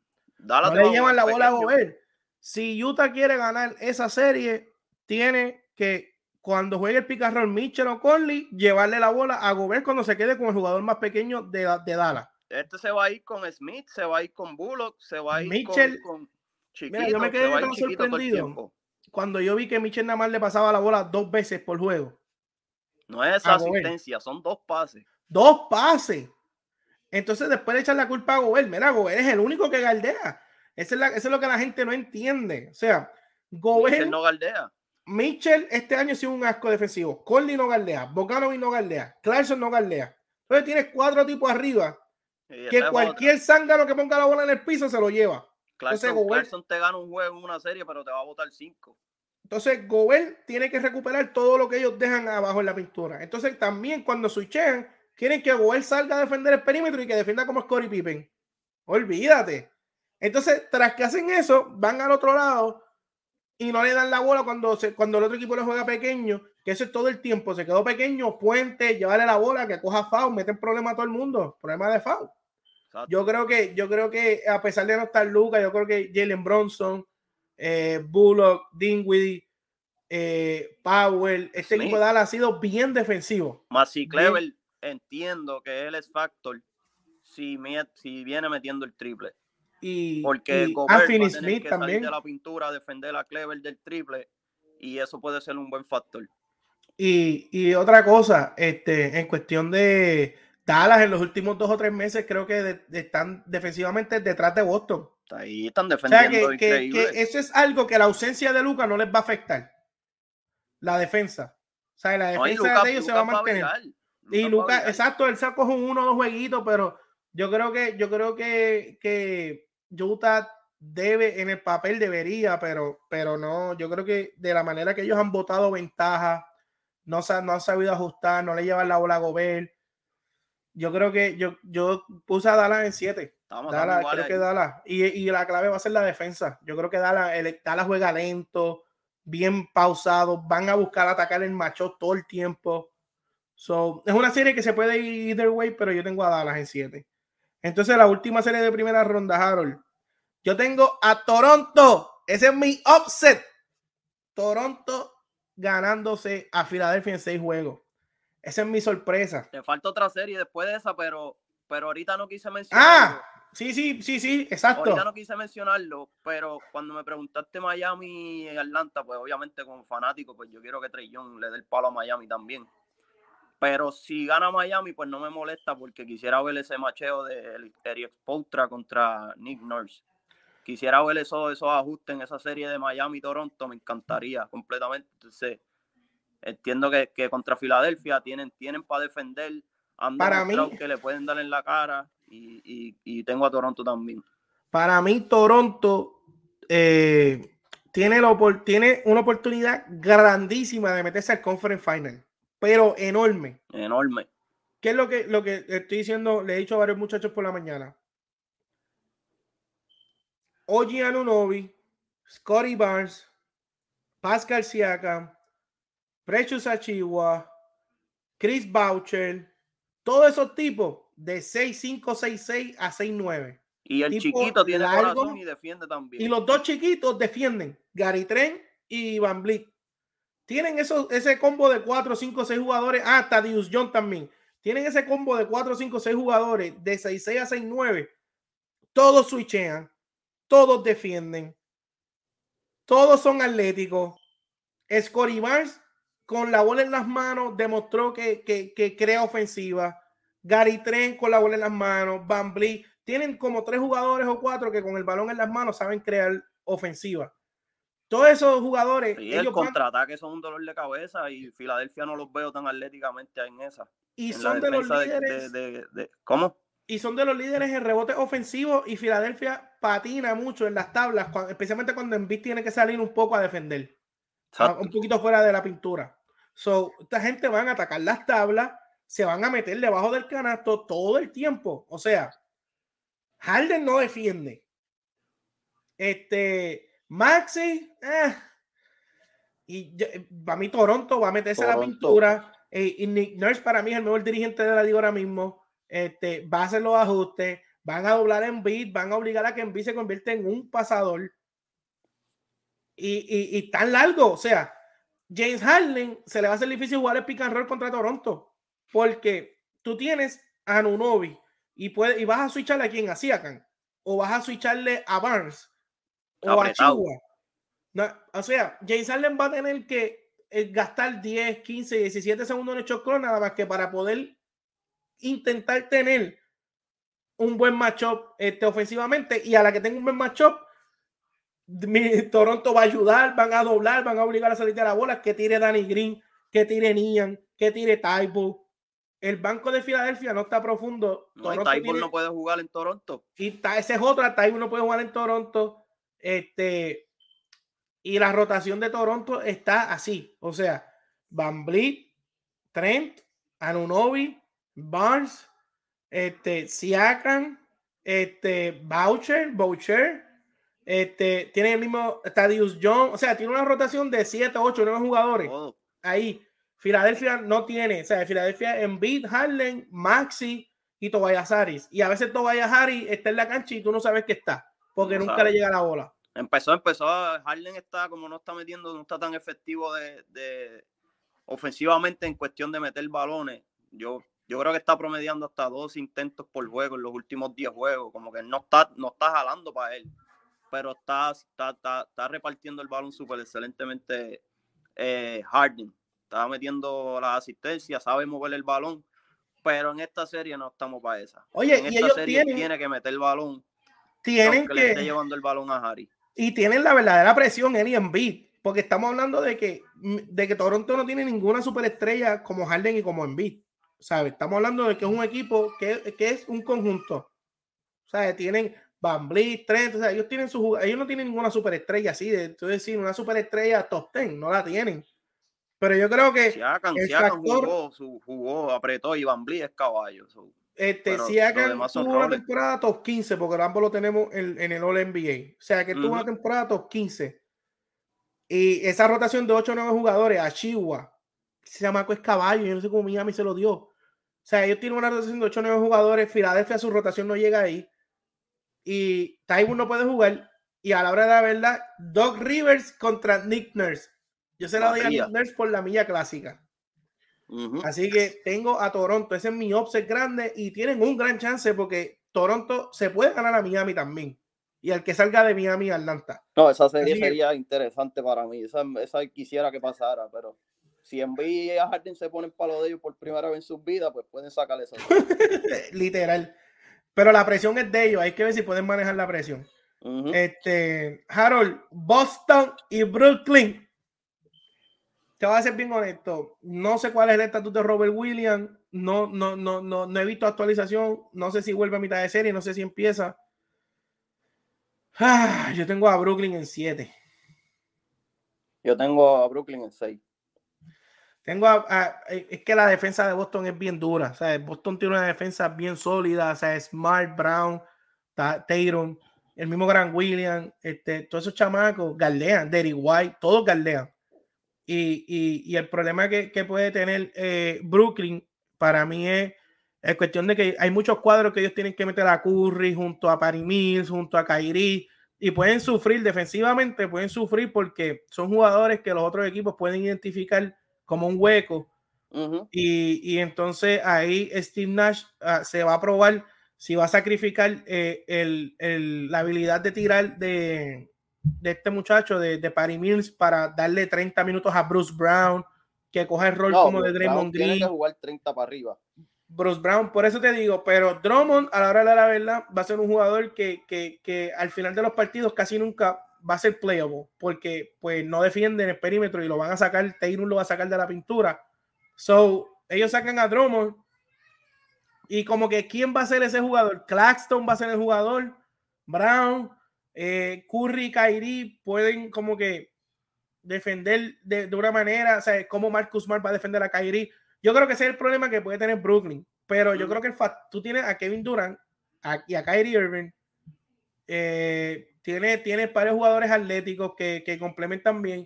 No le llevan la bola a Gobert. Si Utah quiere ganar esa serie, tiene que, cuando juegue el pick and roll Mitchell o Conley, llevarle la bola a Gobert cuando se quede con el jugador más pequeño de Dallas. Se va a ir con Smith, se va a ir con Bullock, se va a ir Mitchell, con chiquito. Mira, yo me quedé tan sorprendido cuando yo vi que Mitchell nada más le pasaba la bola 2 veces por juego. No es esa asistencia, son 2 pases. 2 pases. Entonces después le echan la culpa a Gobert. Mira, Gobert es el único que galdea. Eso es lo que la gente no entiende. O sea, Gobert Mitchell no galdea. Mitchell este año ha sido un asco defensivo. Conley no galdea, Bogdanovic no galdea, Clarkson no galdea. Entonces tienes 4 tipos arriba que cualquier zángano que ponga la bola en el piso se lo lleva. Clarkson te gana un juego en una serie, pero te va a botar 5. Entonces Gobert tiene que recuperar todo lo que ellos dejan abajo en la pintura. Entonces también cuando switchean, quieren que Gobert salga a defender el perímetro y que defienda como Scottie Pippen. Olvídate. Entonces, tras que hacen eso, van al otro lado y no le dan la bola cuando el otro equipo le juega pequeño, que eso es todo el tiempo. Se quedó pequeño, puente, llevarle la bola, que coja foul, meten problemas a todo el mundo. Problema de foul. Exacto. Yo creo que a pesar de no estar Luka, yo creo que Jalen Brunson, Bullock, Dinwiddie, Powell, este equipo de Dallas ha sido bien defensivo. Más si Clever, entiendo que él es factor si viene metiendo el triple. Porque Gobert va a tener Smith que también salir de la pintura, defender a Clever del triple, y eso puede ser un buen factor. Y otra cosa, en cuestión de Dallas, en los últimos 2 o 3 meses, creo que están defensivamente detrás de Boston. Ahí están defendiendo, o sea, que eso es algo que la ausencia de Luka no les va a afectar. La defensa. O sea, la defensa de ellos se va a mantener. Y Luka, exacto, él sacó un 1 o 2 jueguitos, pero yo creo que Utah debe, en el papel debería, pero no, yo creo que de la manera que ellos han botado ventaja, no han sabido ajustar, no le llevan la bola a Gobert. Yo creo que yo puse a Dallas en 7. Creo que Dallas. Y la clave va a ser la defensa. Yo creo que Dallas juega lento, bien pausado, van a buscar atacar el macho todo el tiempo. Es una serie que se puede ir either way, pero yo tengo a Dallas en 7. Entonces, la última serie de primera ronda, Harold. Yo tengo a Toronto. Ese es mi upset. Toronto ganándose a Filadelfia en 6 juegos. Esa es mi sorpresa. Te falta otra serie después de esa, pero ahorita no quise mencionarlo. Sí, exacto. Ahorita no quise mencionarlo, pero cuando me preguntaste Miami y Atlanta, pues obviamente como fanático, pues yo quiero que Trae Young le dé el palo a Miami también. Pero si gana Miami, pues no me molesta porque quisiera ver ese macheo de Eric Spoelstra contra Nick Nurse. Quisiera ver esos ajustes en esa serie de Miami y Toronto, me encantaría completamente. Entonces, entiendo que contra Filadelfia tienen para defender, han demostrado que le pueden dar en la cara y tengo a Toronto también. Para mí, Toronto tiene una oportunidad grandísima de meterse al Conference Final. Pero enorme. ¿Qué es lo que estoy diciendo? Le he dicho a varios muchachos por la mañana. OG Anunoby, Scottie Barnes, Pascal Siakam, Precious Achiuwa, Chris Boucher, todos esos tipos de 6'5", 6'6" a 6'9". Y el chiquito tiene corazón y defiende también. Y los 2 chiquitos defienden, Gary Trent y Van Vliet. Tienen ese combo de 4, 5, 6 jugadores. Thaddeus Young también. Tienen ese combo de 4, 5, 6 jugadores de 6'6" a 6'9". Todos switchean. Todos defienden. Todos son atléticos. Scottie Barnes, con la bola en las manos, demostró que crea ofensiva. Gary Trent con la bola en las manos. Van Vliet. Tienen como 3 jugadores o 4 que con el balón en las manos saben crear ofensiva. Todos esos jugadores. Y el contraataque son un dolor de cabeza y Filadelfia no los veo tan atléticamente en esa. Y son de los líderes. ¿Cómo? Y son de los líderes en rebote ofensivo y Filadelfia patina mucho en las tablas, especialmente cuando Embiid tiene que salir un poco a defender. Un poquito fuera de la pintura. Esta gente van a atacar las tablas, se van a meter debajo del canasto todo el tiempo. O sea, Harden no defiende. Maxey, y para mí Toronto va a meterse a la pintura, y Nick Nurse para mí es el mejor dirigente de la liga ahora mismo. Va a hacer los ajustes, van a doblar a Embiid, van a obligar a que Embiid se convierta en un pasador. Y tan largo, o sea, James Harden se le va a hacer difícil jugar el pick and roll contra Toronto, porque tú tienes a Anunoby y vas a switcharle a quien, a Siakam, o vas a switcharle a Barnes o apretado. a Chihuahua. No, o sea, James Harden va a tener que gastar 10, 15, 17 segundos en el shot clock nada más que para poder intentar tener un buen matchup ofensivamente, y a la que tenga un buen matchup, Toronto va a ayudar, van a doblar, van a obligar a salir de la bola, que tire Danny Green, que tire Nian, que tire Taibo. El banco de Filadelfia no está profundo. No, Taibo no puede jugar en Toronto. Y ese es otra, Taibo no puede jugar en Toronto. Y la rotación de Toronto está así. O sea, VanVleet, Trent, Anunoby, Barnes, Siakam, Boucher, tiene el mismo Thaddeus Young, o sea, tiene una rotación de 7, 8, 9 jugadores. Ahí, Filadelfia no tiene, o sea, Filadelfia Embiid, Harden, Maxi y Tobias Harris. Y a veces Tobias Harris está en la cancha y tú no sabes que está, porque nunca le llega la bola. Empezó, Harden está como no está tan efectivo de ofensivamente en cuestión de meter balones. Yo creo que está promediando hasta 2 intentos por juego en los últimos 10 juegos, como que no está jalando para él, pero está repartiendo el balón súper excelentemente. Harden está metiendo las asistencias, sabe mover el balón, pero en esta serie no estamos para esa. Oye, en esta serie tiene que meter el balón, aunque le esté llevando el balón a Harry. Y tienen la verdadera presión en Embiid, porque estamos hablando de que Toronto no tiene ninguna superestrella como Harden y como Embiid, ¿sabes? Estamos hablando de que es un equipo que es un conjunto, ¿sabes? Tienen VanVleet, Trent, o sea, ellos no tienen ninguna superestrella así, decir, una superestrella top 10, no la tienen. Pero yo creo que Siakam jugó, apretó, y VanVleet es caballo. Siakam tuvo una temporada top 15, porque ambos lo tenemos en el All-NBA. O sea, que tuvo una temporada top 15. Y esa rotación de 8 o 9 jugadores a Chihuahua, ese chamaco es caballo, yo no sé cómo Miami se lo dio. O sea, ellos tienen una rotación de 8 o 9 jugadores, Filadelfia su rotación no llega ahí. Y Taibo no puede jugar. Y a la hora de la verdad, Doc Rivers contra Nick Nurse. Yo se la doy a Nick Nurse por la milla clásica. Así que tengo a Toronto, ese es mi upset grande y tienen un gran chance porque Toronto se puede ganar a Miami también. Y al que salga de Miami a Atlanta. No, esa serie sería interesante para mí. Esa quisiera que pasara, pero si Embiid y Harden se ponen palo de ellos por primera vez en sus vidas, pues pueden sacarle eso. Literal. Pero la presión es de ellos. Hay que ver si pueden manejar la presión. Harold, Boston y Brooklyn. Te voy a ser bien honesto. No sé cuál es el estatus de Robert Williams. No he visto actualización. No sé si vuelve a mitad de serie. No sé si empieza. Yo tengo a Brooklyn en 7. Yo tengo a Brooklyn en 6. Es que la defensa de Boston es bien dura. O sea, Boston tiene una defensa bien sólida. O sea, Smart, Brown, Tatum, el mismo Grant Williams, todos esos chamacos galdean, Derrick White, todos galdean. Y el problema que puede tener Brooklyn para mí es cuestión de que hay muchos cuadros que ellos tienen que meter a Curry junto a Patty Mills, junto a Kyrie, y pueden sufrir defensivamente, pueden sufrir porque son jugadores que los otros equipos pueden identificar como un hueco. Y entonces ahí Steve Nash se va a probar si va a sacrificar la habilidad de tirar de este muchacho de Patty Mills para darle 30 minutos a Bruce Brown, que coja el rol como de Draymond Green. Tiene que jugar 30 para arriba. Bruce Brown, por eso te digo, pero Drummond a la hora de la verdad va a ser un jugador que al final de los partidos casi nunca va a ser playable, porque pues no defienden el perímetro y lo van a sacar, Taylor lo va a sacar de la pintura. So, ellos sacan a Drummond y como que ¿quién va a ser ese jugador? Claxton va a ser el jugador, Brown, Curry y Kyrie pueden como que defender de una manera, o sea, como Marcus Smart va a defender a Kyrie. Yo creo que ese es el problema que puede tener Brooklyn, pero yo creo que tú tienes a Kevin Durant y a Kyrie Irving, tiene varios jugadores atléticos que complementan bien,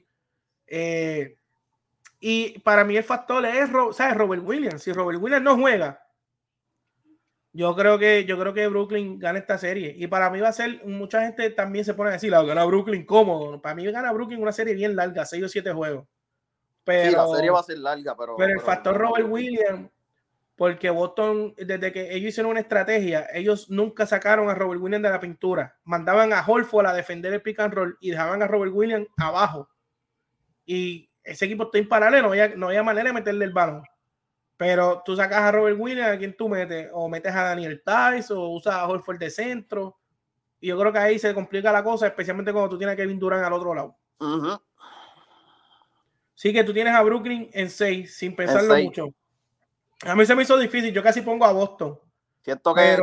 y para mí el factor es Robert Williams. Si Robert Williams no juega, Yo creo que Brooklyn gana esta serie. Y para mí va a ser, mucha gente también se pone a decir, la gana Brooklyn cómodo. Para mí gana Brooklyn una serie bien larga, 6 o 7 juegos. Pero, sí, la serie va a ser larga, pero el factor Robert Williams, porque Boston, desde que ellos hicieron una estrategia, ellos nunca sacaron a Robert Williams de la pintura. Mandaban a Horford a defender el pick and roll y dejaban a Robert Williams abajo. Y ese equipo está imparable, no había manera de meterle el balón. Pero tú sacas a Robert Williams, ¿a quién tú metes? O metes a Daniel Tice, o usas a Horford de centro. Y yo creo que ahí se complica la cosa, especialmente cuando tú tienes a Kevin Durant al otro lado. Uh-huh. Sí que tú tienes a Brooklyn en 6, sin pensarlo mucho. A mí se me hizo difícil, yo casi pongo a Boston. Cierto pero,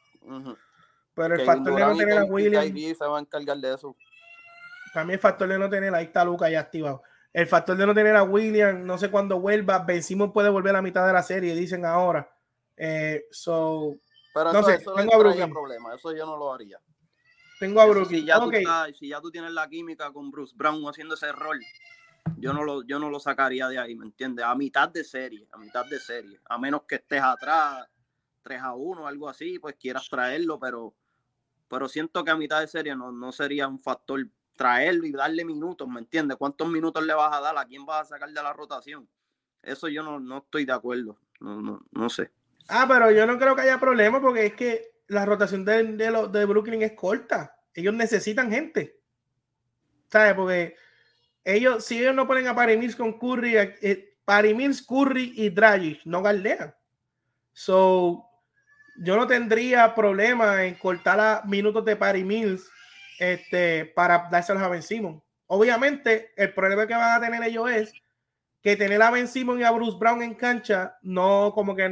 pero el factor de no tener a Williams se va a encargar de eso. También el factor de no tener, ahí está Luka ya activado. El factor de no tener a Williams, no sé cuándo vuelva. Ben Simmons puede volver a la mitad de la serie, dicen ahora. Pero no sé, tengo a Brooklyn. Problema. Eso yo no lo haría. Tengo a Brooklyn. Si ya tú tienes la química con Bruce Brown haciendo ese rol, yo no lo sacaría de ahí, ¿me entiendes? A mitad de serie. A menos que estés atrás, 3-1, algo así, pues quieras traerlo, pero siento que a mitad de serie no sería un factor traerlo y darle minutos, ¿me entiendes? ¿Cuántos minutos le vas a dar? ¿A quién vas a sacar de la rotación? Eso yo no estoy de acuerdo. No sé. Pero yo no creo que haya problema porque es que la rotación de Brooklyn es corta. Ellos necesitan gente. ¿Sabes? Porque si ellos no ponen a Patty Mills con Curry, Patty Mills, Curry y Dragic no galdean. So, yo no tendría problema en cortar a minutos de Patty Mills para dárselos a Ben Simmons. Obviamente, el problema que van a tener ellos es que tener a Ben Simmons y a Bruce Brown en cancha, no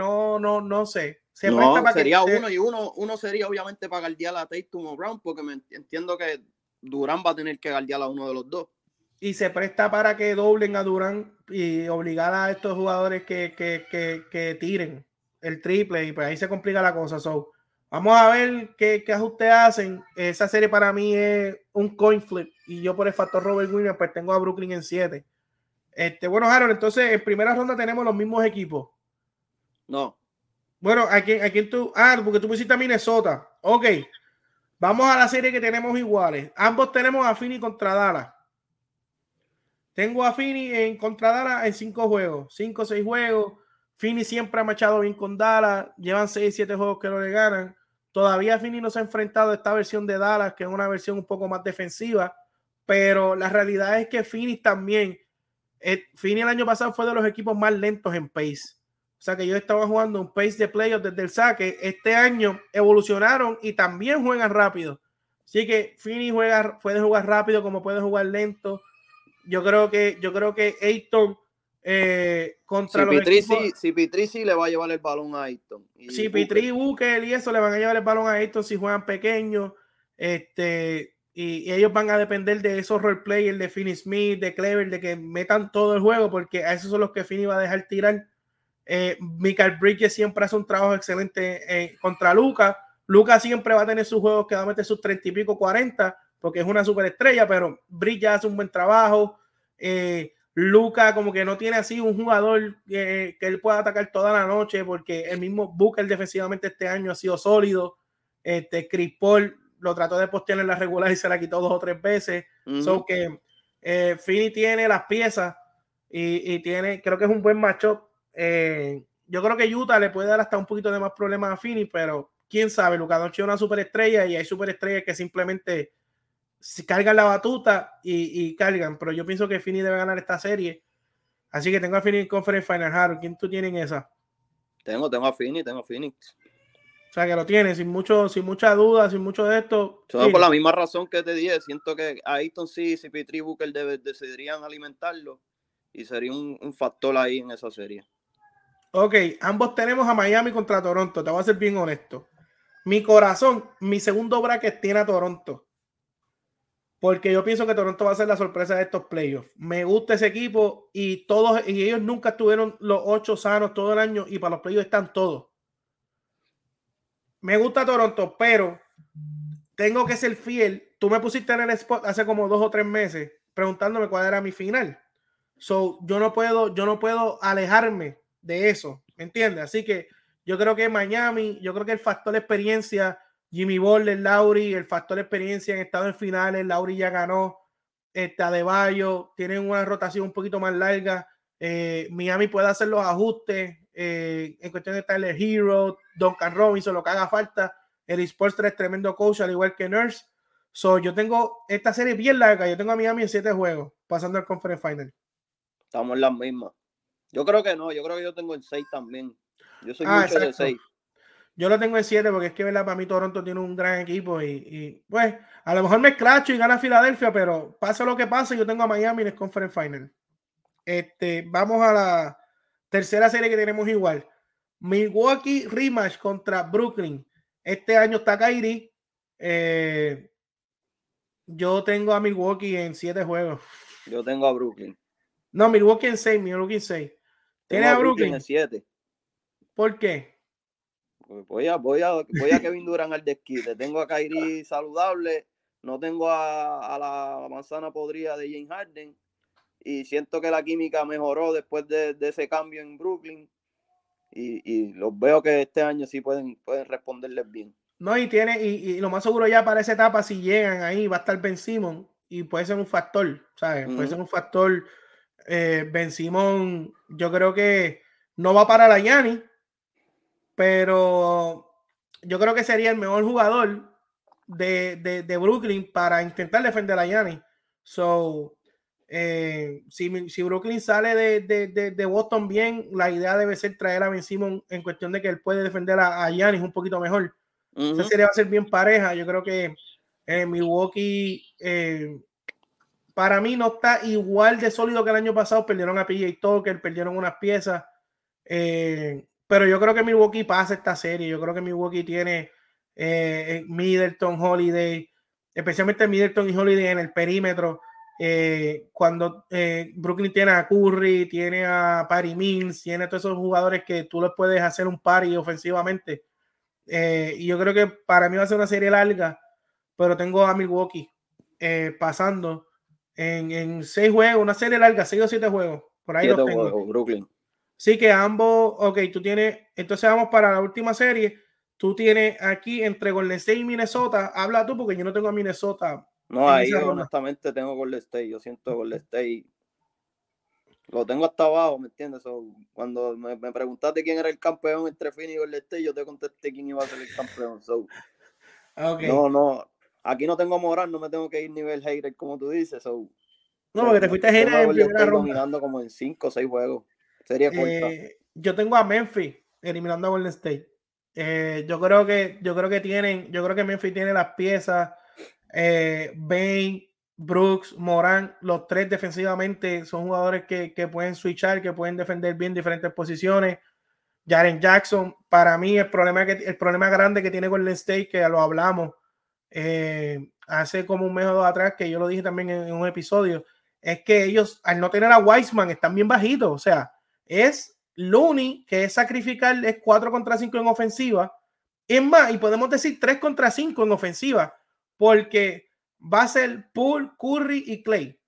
sé. Sería uno sería obviamente para guardiar a Tatum o Brown, porque entiendo que Durant va a tener que guardiar a uno de los dos. Y se presta para que doblen a Durant y obligar a estos jugadores que tiren el triple, y pues ahí se complica la cosa. So, vamos a ver qué ajustes hacen. Esa serie para mí es un coin flip, y yo por el factor Robert Williams pues tengo a Brooklyn en 7. Bueno, Harold, entonces en primera ronda tenemos los mismos equipos. No. Bueno, ¿a quién tú? Porque tú pusiste a Minnesota. Ok, vamos a la serie que tenemos iguales. Ambos tenemos a Phoenix contra Dallas. Tengo a Phoenix en contra Dallas en 5 juegos, 5 o 6 juegos. Phoenix siempre ha marchado bien con Dallas, llevan 6 o 7 juegos que no le ganan. Todavía Phoenix no se ha enfrentado a esta versión de Dallas, que es una versión un poco más defensiva, pero la realidad es que Phoenix también, Phoenix el año pasado fue de los equipos más lentos en pace. O sea que ellos estaban jugando un pace de playoffs desde el saque. Este año evolucionaron y también juegan rápido. Así que Phoenix puede jugar rápido como puede jugar lento. Yo creo que Ayton contra los equipos... Si Pitri le va a llevar el balón a Ayton. Si Pitri y Booker y eso le van a llevar el balón a Ayton si juegan pequeños. Y ellos van a depender de esos role players de Finney Smith, de Clever, de que metan todo el juego, porque a esos son los que Finney va a dejar tirar. Michael Bridges siempre hace un trabajo excelente contra Luka. Luka siempre va a tener sus juegos que va a meter sus 30 y pico, 40, porque es una superestrella, pero Bridges hace un buen trabajo. Luka como que no tiene así un jugador que él pueda atacar toda la noche, porque el mismo Booker defensivamente este año ha sido sólido. Chris Paul lo trató de postear en la regular y se la quitó 2 o 3 veces. So que Finney tiene las piezas y tiene, creo que es un buen matchup. Yo creo que Utah le puede dar hasta un poquito de más problemas a Finney, pero quién sabe. Luka Doncic es una superestrella y hay superestrellas que simplemente se cargan la batuta y cargan, pero yo pienso que Finney debe ganar esta serie, así que tengo a Finney en Conference Final. Harold, ¿quién tú tienes en esa? Tengo a Phoenix. O sea, que lo tienes sin mucha duda, sin mucho de esto. Por la misma razón que te dije, siento que a Ayton si Pitri y Booker decidirían alimentarlo y sería un factor ahí en esa serie. Ok, ambos tenemos a Miami contra Toronto. Te voy a ser bien honesto. Mi corazón, mi segundo bracket tiene a Toronto, porque yo pienso que Toronto va a ser la sorpresa de estos playoffs. Me gusta ese equipo y ellos nunca estuvieron los 8 sanos todo el año y para los playoffs están todos. Me gusta Toronto, pero tengo que ser fiel. Tú me pusiste en el spot hace como 2 o 3 meses preguntándome cuál era mi final. So, yo no puedo alejarme de eso, ¿me entiendes? Así que Yo creo que Miami, yo creo que el factor experiencia, Jimmy Butler, Lauri, el factor experiencia en estado en finales, Lauri ya ganó, Adebayo, tienen una rotación un poquito más larga. Miami puede hacer los ajustes en cuestión de Tyler Hero, Duncan Robinson, lo que haga falta. Eric Spoelstra es tremendo coach, al igual que Nurse. So, yo tengo esta serie bien larga. Yo tengo a Miami en 7 juegos, pasando al Conference Final. Estamos en las mismas. Yo creo que no, yo creo que yo tengo en 6 también. Yo soy mucho exacto. de 6. Yo lo tengo en 7 porque es que, ¿verdad? Para mí Toronto tiene un gran equipo y pues a lo mejor me escracho y gana Filadelfia, pero pase lo que pase, yo tengo a Miami en el Conference Final. Vamos a la tercera serie que tenemos igual. Milwaukee rematch contra Brooklyn. Este año está Kyrie. Yo tengo a Milwaukee en 7 juegos. Yo tengo a Brooklyn. No, Milwaukee en 6. Milwaukee en 6. ¿Tienes a Brooklyn en 7? ¿Por qué? Voy a Kevin Durant al desquite. Tengo a Kyrie saludable. No tengo a la manzana podrida de James Harden. Y siento que la química mejoró después de ese cambio en Brooklyn. Y los veo que este año sí pueden responderles bien. No, y lo más seguro ya para esa etapa, si llegan ahí, va a estar Ben Simmons y puede ser un factor, ¿sabes? Puede ser un factor. Ben Simmons, yo creo que no va para la Giannis, pero yo creo que sería el mejor jugador de Brooklyn para intentar defender a Giannis. So, si Brooklyn sale de Boston bien, la idea debe ser traer a Ben Simmons en cuestión de que él puede defender a Giannis un poquito mejor. Esa serie va a ser bien pareja. Yo creo que Milwaukee para mí no está igual de sólido que el año pasado. Perdieron a PJ Tucker, perdieron unas piezas. Pero yo creo que Milwaukee pasa esta serie. Yo creo que Milwaukee tiene Middleton, Holiday, especialmente Middleton y Holiday en el perímetro. Cuando Brooklyn tiene a Curry, tiene a Patty Mills, tiene todos esos jugadores que tú les puedes hacer un party ofensivamente. Y yo creo que para mí va a ser una serie larga, pero tengo a Milwaukee pasando en 6 juegos, una serie larga, 6 o 7 juegos. Por ahí 7 los tengo. juegos, Brooklyn. Sí, que ambos, ok, tú tienes, entonces vamos para la última serie. Tú tienes aquí entre Golden State y Minnesota. Habla tú porque yo no tengo a Minnesota. No, ahí honestamente tengo Golden State. Yo siento Golden State. Lo tengo hasta abajo, ¿me entiendes? Cuando me preguntaste quién era el campeón entre Phoenix y Golden State, yo te contesté quién iba a ser el campeón. Okay. No, aquí no tengo moral, no me tengo que ir nivel hater como tú dices. No, porque te fuiste hater en primera ronda. Dominando como en 5 o 6 juegos. Sería corta. Yo tengo a Memphis eliminando a Golden State. Yo creo que Memphis tiene las piezas. Bane, Brooks, Morán, los 3 defensivamente son jugadores que pueden switchar, que pueden defender bien diferentes posiciones. Jaren Jackson, para mí el problema grande que tiene Golden State, que lo hablamos hace como un mes o 2 atrás, que yo lo dije también en un episodio, es que ellos al no tener a Wiseman están bien bajitos. O sea, es Looney, que es sacrificar, es 4 contra 5 en ofensiva. Es más, y podemos decir 3 contra 5 en ofensiva, porque va a ser Poole, Curry y Clay.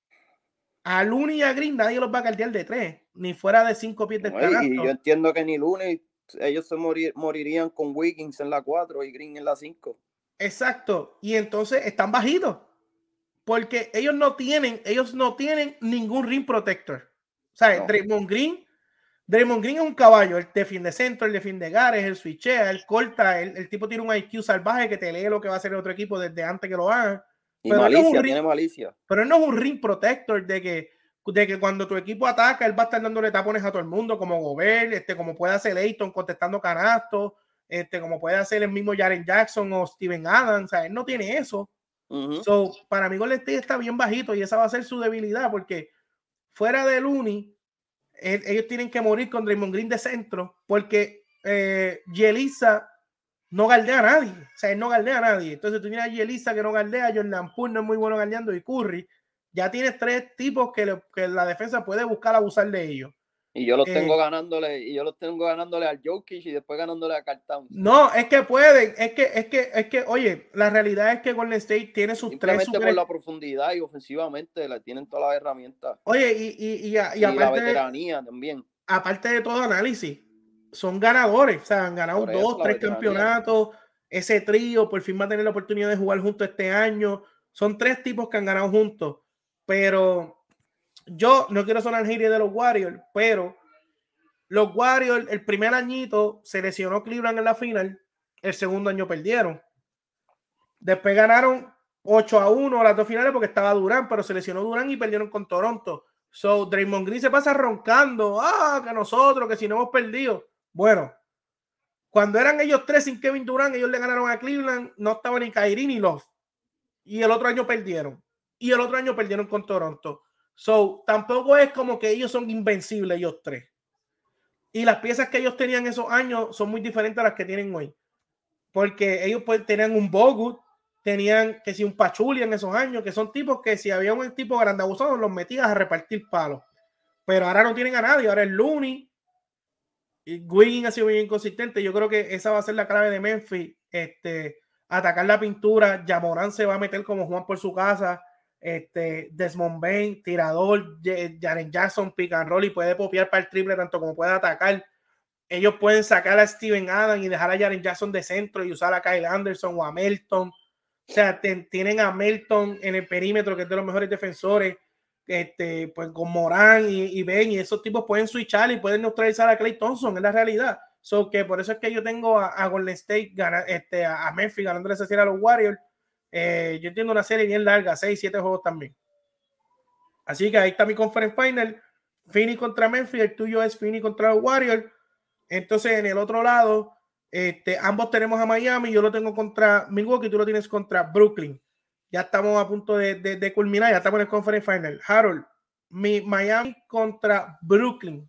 A Looney y a Green nadie los va a caldear de 3, ni fuera de 5 pies del canasto. Y yo entiendo que ni Looney, ellos se morirían con Wiggins en la 4 y Green en la 5. Exacto, y entonces están bajitos, porque ellos no tienen ningún rim protector. O sea, no. Draymond Green es un caballo, él defiende centro, él defiende gares, él switchea, él corta, el tipo tiene un IQ salvaje que te lee lo que va a hacer el otro equipo desde antes que lo hagan. Y pero malicia, tiene malicia. Pero él no es un rim protector de que cuando tu equipo ataca, él va a estar dándole tapones a todo el mundo, como Gobert, como puede hacer Ayton contestando canastos, como puede hacer el mismo Jaren Jackson o Steven Adams. O sea, él no tiene eso. So, para mí Golden State está bien bajito y esa va a ser su debilidad, porque fuera de Looney, ellos tienen que morir con Draymond Green de centro, porque Yelisa no galdea a nadie. O sea, él no galdea a nadie. Entonces tú tienes a Yelisa que no galdea, Jordan Poole no es muy bueno galdeando, y Curry. Ya tienes 3 tipos que la defensa puede buscar abusar de ellos. Y yo los tengo ganándole al Jokic y después ganándole a Karl Towns. No, es que pueden, es que, oye, la realidad es que Golden State tiene sus 3 super... por la profundidad y ofensivamente le tienen todas las herramientas. Oye, y aparte la veteranía también. Aparte de todo análisis, son ganadores, o sea, han ganado Por eso, 2, 3 campeonatos. Ese trío por fin va a tener la oportunidad de jugar juntos este año. Son 3 tipos que han ganado juntos, pero yo no quiero sonar hater de los Warriors, pero los Warriors, el primer añito se lesionó Cleveland en la final, el segundo año perdieron. Después ganaron 8-1 las 2 finales porque estaba Durant, pero se lesionó Durant y perdieron con Toronto. So, Draymond Green se pasa roncando, que nosotros, que si no hemos perdido. Bueno, cuando eran ellos 3 sin Kevin Durant, ellos le ganaron a Cleveland, no estaba ni Kyrie ni Love. Y el otro año perdieron. Y el otro año perdieron con Toronto. So, tampoco es como que ellos son invencibles, ellos 3. Y las piezas que ellos tenían esos años son muy diferentes a las que tienen hoy. Porque ellos pues, tenían un Bogut, tenían que si un Pachulia en esos años, que son tipos que si había un tipo grande abusado, los metías a repartir palos. Pero ahora no tienen a nadie, ahora es Looney. Y Wiggins ha sido bien inconsistente. Yo creo que esa va a ser la clave de Memphis. Atacar la pintura. Yamorán se va a meter como Juan por su casa. Desmond Bain, tirador. Jaren Jackson, pick and roll y puede popear para el triple tanto como puede atacar. Ellos pueden sacar a Steven Adams y dejar a Jaren Jackson de centro y usar a Kyle Anderson o a Melton. O sea, tienen a Melton en el perímetro, que es de los mejores defensores. Pues con Morán y Ben, y esos tipos pueden switchar y pueden neutralizar a Klay Thompson, es la realidad. So que por eso es que yo tengo a Golden State a Memphis ganándole esa serie a los Warriors. Yo entiendo una serie bien larga, 6-7 juegos también. Así que ahí está mi conference final. Phoenix contra Memphis, el tuyo es Phoenix contra los Warriors. Entonces en el otro lado, ambos tenemos a Miami, yo lo tengo contra Milwaukee, tú lo tienes contra Brooklyn. Ya estamos a punto de culminar, ya estamos en el conference final. Harold, Miami contra Brooklyn.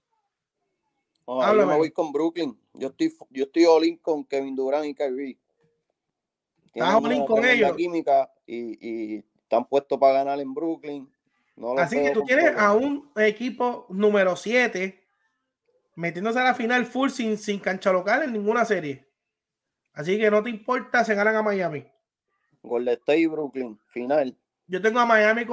Yo me voy con Brooklyn. Yo estoy all-in con Kevin Durant y Kyrie. ¿Estás all-in con ellos? Química y están puestos para ganar en Brooklyn. No Así que tú tienes a un equipo número 7 metiéndose a la final full sin cancha local en ninguna serie. Así que no te importa, se ganan a Miami. Golden State y Brooklyn, final. Yo tengo a Miami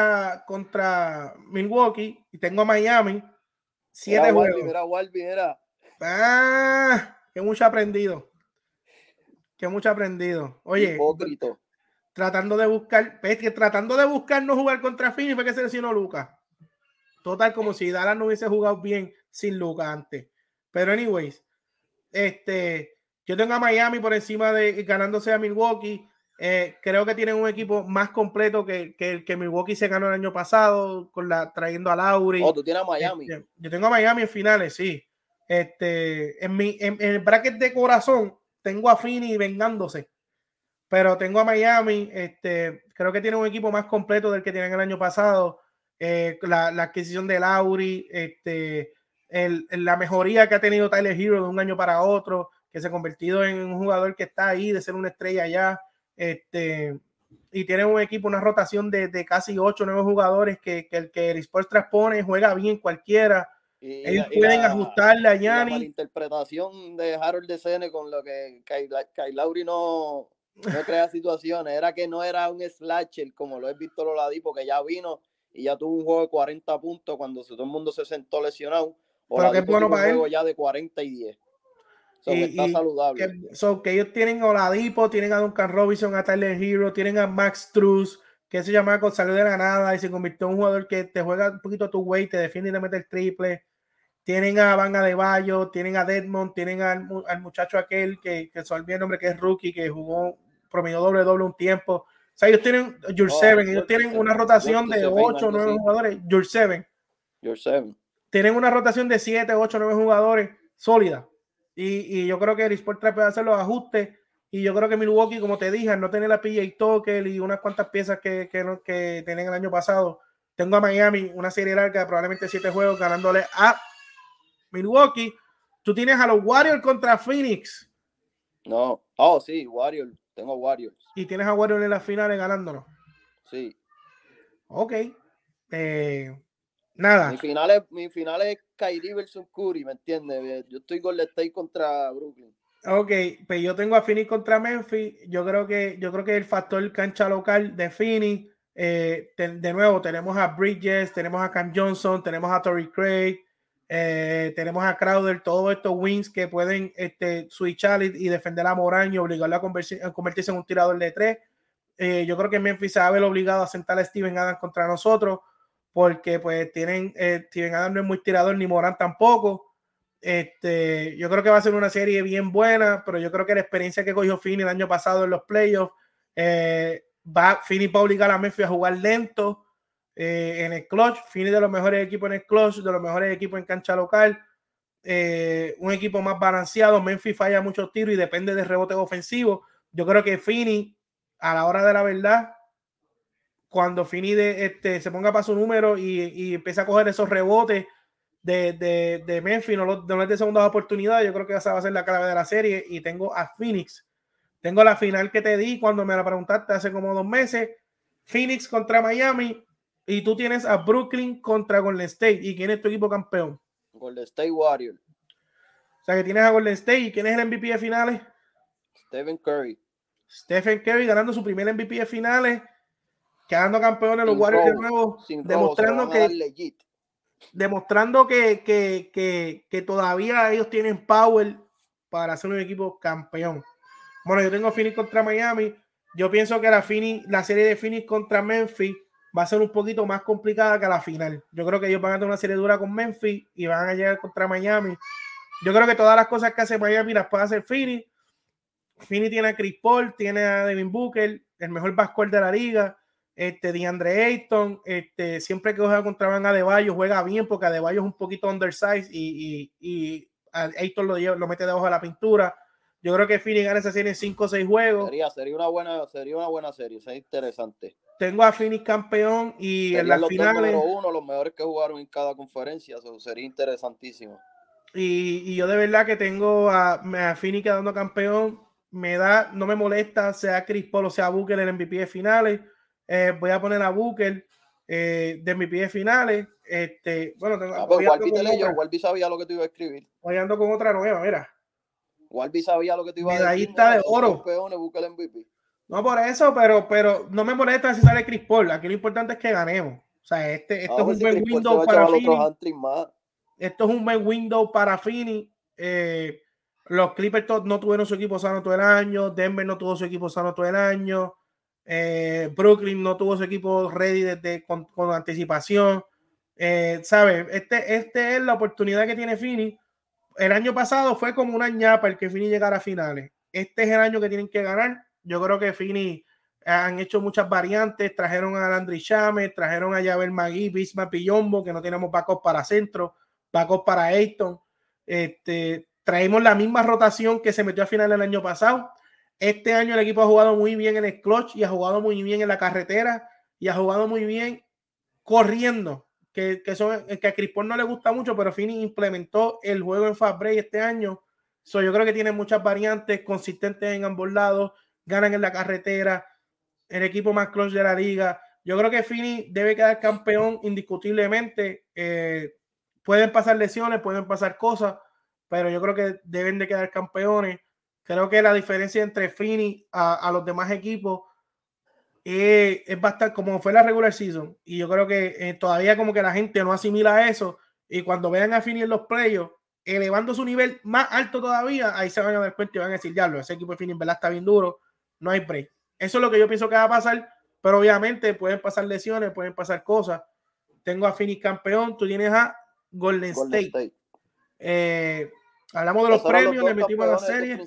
contra Milwaukee y tengo a Miami 7 juegos. Mira, Walby, mira. Que mucho aprendido. Oye, hipócrita. Tratando de buscar no jugar contra Phoenix fue que se lesionó Lucas. Total, como si Dallas no hubiese jugado bien sin Lucas antes. Pero anyways, yo tengo a Miami por encima de ganándose a Milwaukee. Creo que tienen un equipo más completo que Milwaukee se ganó el año pasado trayendo a Lowry. Tú tienes a Miami. Yo tengo a Miami en finales, sí. En el bracket de corazón tengo a Phoenix vengándose, pero tengo a Miami. Creo que tiene un equipo más completo del que tienen el año pasado. La adquisición de Lowry, la mejoría que ha tenido Tyler Hero de un año para otro, que se ha convertido en un jugador que está ahí de ser una estrella ya. Y tiene un equipo, una rotación de casi 8 o 9 jugadores que el Sports transpone, juega bien cualquiera. Ellos pueden ajustarle a Giannis. La malinterpretación de Harold de Sene con lo que Kyle Lowry no crea situaciones, era que no era un slasher como lo es Víctor Oladipo, que ya vino y ya tuvo un juego de 40 puntos cuando todo el mundo se sentó lesionado. Pero que es bueno para él. Ya de 40 y 10. Está saludable. Que ellos tienen a Oladipo, tienen a Duncan Robinson, a Tyler Hero, tienen a Max Strus, que ese llamado salió de la nada y se convirtió en un jugador que te juega un poquito a tu way, te defiende y te mete el triple. Tienen a Van Adebayo, tienen a Dedmon, tienen al muchacho aquel que se olvidó el nombre, que es rookie, que jugó promedio doble un tiempo. O sea, ellos tienen ellos tienen una rotación de 8 o 9 jugadores. Your Seven. Tienen una rotación de 7, 8, 9 jugadores sólida. Y yo creo que el Sport puede hacer los ajustes. Y yo creo que Milwaukee, como te dije, al no tener la PJ Tucker y unas cuantas piezas que tenían el año pasado, tengo a Miami, una serie larga de probablemente 7 juegos, ganándole a Milwaukee. Tú tienes a los Warriors contra Phoenix. No. Sí, Warriors. Tengo Warriors. Y tienes a Warriors en las finales ganándonos. Sí. Ok. Nada. Mi final es Kyrie versus Curry, ¿me entiendes? Yo estoy Golden State contra Brooklyn. Ok, pues yo tengo a Phoenix contra Memphis. Yo creo que el factor cancha local de Phoenix, de nuevo, tenemos a Bridges, tenemos a Cam Johnson, tenemos a Torrey Craig, Tenemos a Crowder, todos estos wings que pueden switchar y defender a Morán y obligarlo a convertirse en un tirador de 3. Yo creo que Memphis se va a ver obligado a sentar a Steven Adams contra nosotros, porque pues tienen Steven Adams no es muy tirador, ni Morán tampoco. Yo creo que va a ser una serie bien buena, pero yo creo que la experiencia que cogió Finney el año pasado en los playoffs, Finney va a obligar a Memphis a jugar lento en el clutch. Finney de los mejores equipos en el clutch, de los mejores equipos en cancha local, un equipo más balanceado. Memphis falla muchos tiros y depende de rebotes ofensivos. Yo creo que Finney, a la hora de la verdad, cuando Finney se ponga para su número y empieza a coger esos rebotes de Memphis, no es de segunda oportunidad, yo creo que esa va a ser la clave de la serie. Y tengo a Phoenix. Tengo la final que te di cuando me la preguntaste hace como 2 meses. Phoenix contra Miami. Y tú tienes a Brooklyn contra Golden State. ¿Y quién es tu equipo campeón? Golden State Warriors. O sea, que tienes a Golden State. ¿Y quién es el MVP de finales? Stephen Curry. Stephen Curry ganando su primer MVP de finales, quedando campeones los Warriors de nuevo, demostrando que todavía ellos tienen power para ser un equipo campeón. Bueno, yo tengo Phoenix contra Miami. Yo pienso que la serie de Phoenix contra Memphis va a ser un poquito más complicada que la final. Yo creo que ellos van a tener una serie dura con Memphis y van a llegar contra Miami. Yo creo que todas las cosas que hace Miami las puede hacer Phoenix. Phoenix tiene a Chris Paul, tiene a Devin Booker, el mejor backcourt de la liga, DeAndre Ayton, siempre que juega contra Van Adebayo juega bien, porque Adebayo es un poquito undersized y Ayton lo mete debajo de la pintura. Yo creo que Phoenix gana esa serie en 5 o 6 juegos. Sería una buena serie, sería interesante. Tengo a Phoenix campeón y serían en las los finales. Número 1, los mejores que jugaron en cada conferencia, eso sería interesantísimo. Y yo de verdad que tengo a Phoenix quedando campeón. No me molesta, sea Chris Paul o sea Booker el MVP de finales. Voy a poner a Booker de MVP de finales. Walby sabía lo que te iba a escribir. Hoy ando con otra nueva, mira. Walby sabía lo que te iba a decir. Ahí está de oro. Campeones, Booker MVP. No por eso, pero no me molesta si sale Chris Paul. Aquí lo importante es que ganemos. O sea, esto es un buen window para Phoenix. Esto es un buen window para Phoenix. Los Clippers no tuvieron su equipo sano todo el año. Denver no tuvo su equipo sano todo el año. Brooklyn no tuvo su equipo ready con anticipación. ¿Sabes? Este es la oportunidad que tiene Phoenix. El año pasado fue como una ñapa el que Phoenix llegara a finales. Este es el año que tienen que ganar. Yo creo que Phoenix han hecho muchas variantes. Trajeron a Landry Shamet, trajeron a Javel McGee, Bismarck Pillombo, que no tenemos backup para centro, backup para Ayton. Traemos la misma rotación que se metió a final el año pasado. Este año el equipo ha jugado muy bien en el clutch y ha jugado muy bien en la carretera y ha jugado muy bien corriendo, que a Chris Paul no le gusta mucho, pero Phoenix implementó el juego en fast break este año. Yo creo que tiene muchas variantes consistentes en ambos lados, ganan en la carretera, el equipo más clutch de la liga. Yo creo que Phoenix debe quedar campeón indiscutiblemente. Pueden pasar lesiones, pueden pasar cosas, pero yo creo que deben de quedar campeones. Creo que la diferencia entre Phoenix a los demás equipos es bastante como fue la regular season, y yo creo que todavía como que la gente no asimila eso, y cuando vean a Phoenix en los playoffs elevando su nivel más alto todavía, ahí se van a dar cuenta y van a decir, diablo, ese equipo de Phoenix en verdad está bien duro, no hay break. Eso es lo que yo pienso que va a pasar, pero obviamente pueden pasar lesiones, pueden pasar cosas. Tengo a Phoenix campeón, tú tienes a Golden State. Hablamos de los premios, le metimos a la serie.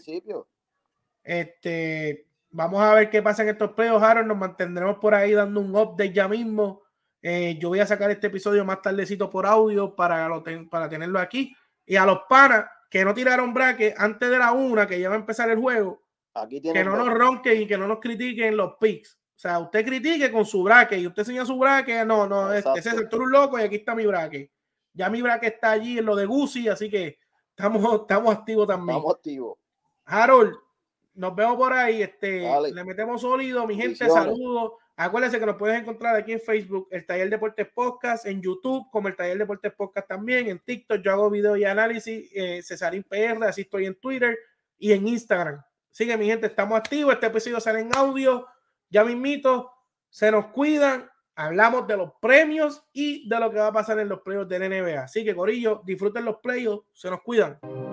Vamos a ver qué pasa en estos playoffs, Harold. Nos mantendremos por ahí dando un update ya mismo. Yo voy a sacar este episodio más tardecito por audio para tenerlo aquí. Y a los panas que no tiraron bracket antes de la 1, que ya va a empezar el juego, que no nos ronquen y que no nos critiquen los picks. O sea, usted critique con su bracket y usted enseña su bracket. No, ese es el tour loco y aquí está mi bracket. Ya mi bracket está allí en lo de Gucci, así que estamos activos también. Estamos activos. Harold, nos vemos por ahí. Le metemos sólido, mi gente. Saludos. Acuérdense que nos puedes encontrar aquí en Facebook, el Taller Deportes Podcast, en YouTube, como el Taller Deportes Podcast también, en TikTok. Yo hago video y análisis, Cesarín PR, así estoy en Twitter y en Instagram. Sigue, mi gente, estamos activos. Este episodio sale en audio. Ya mismito, se nos cuidan hablamos de los premios y de lo que va a pasar en los playoffs de la NBA. Así que, corillo, disfruten los playoffs, se nos cuidan.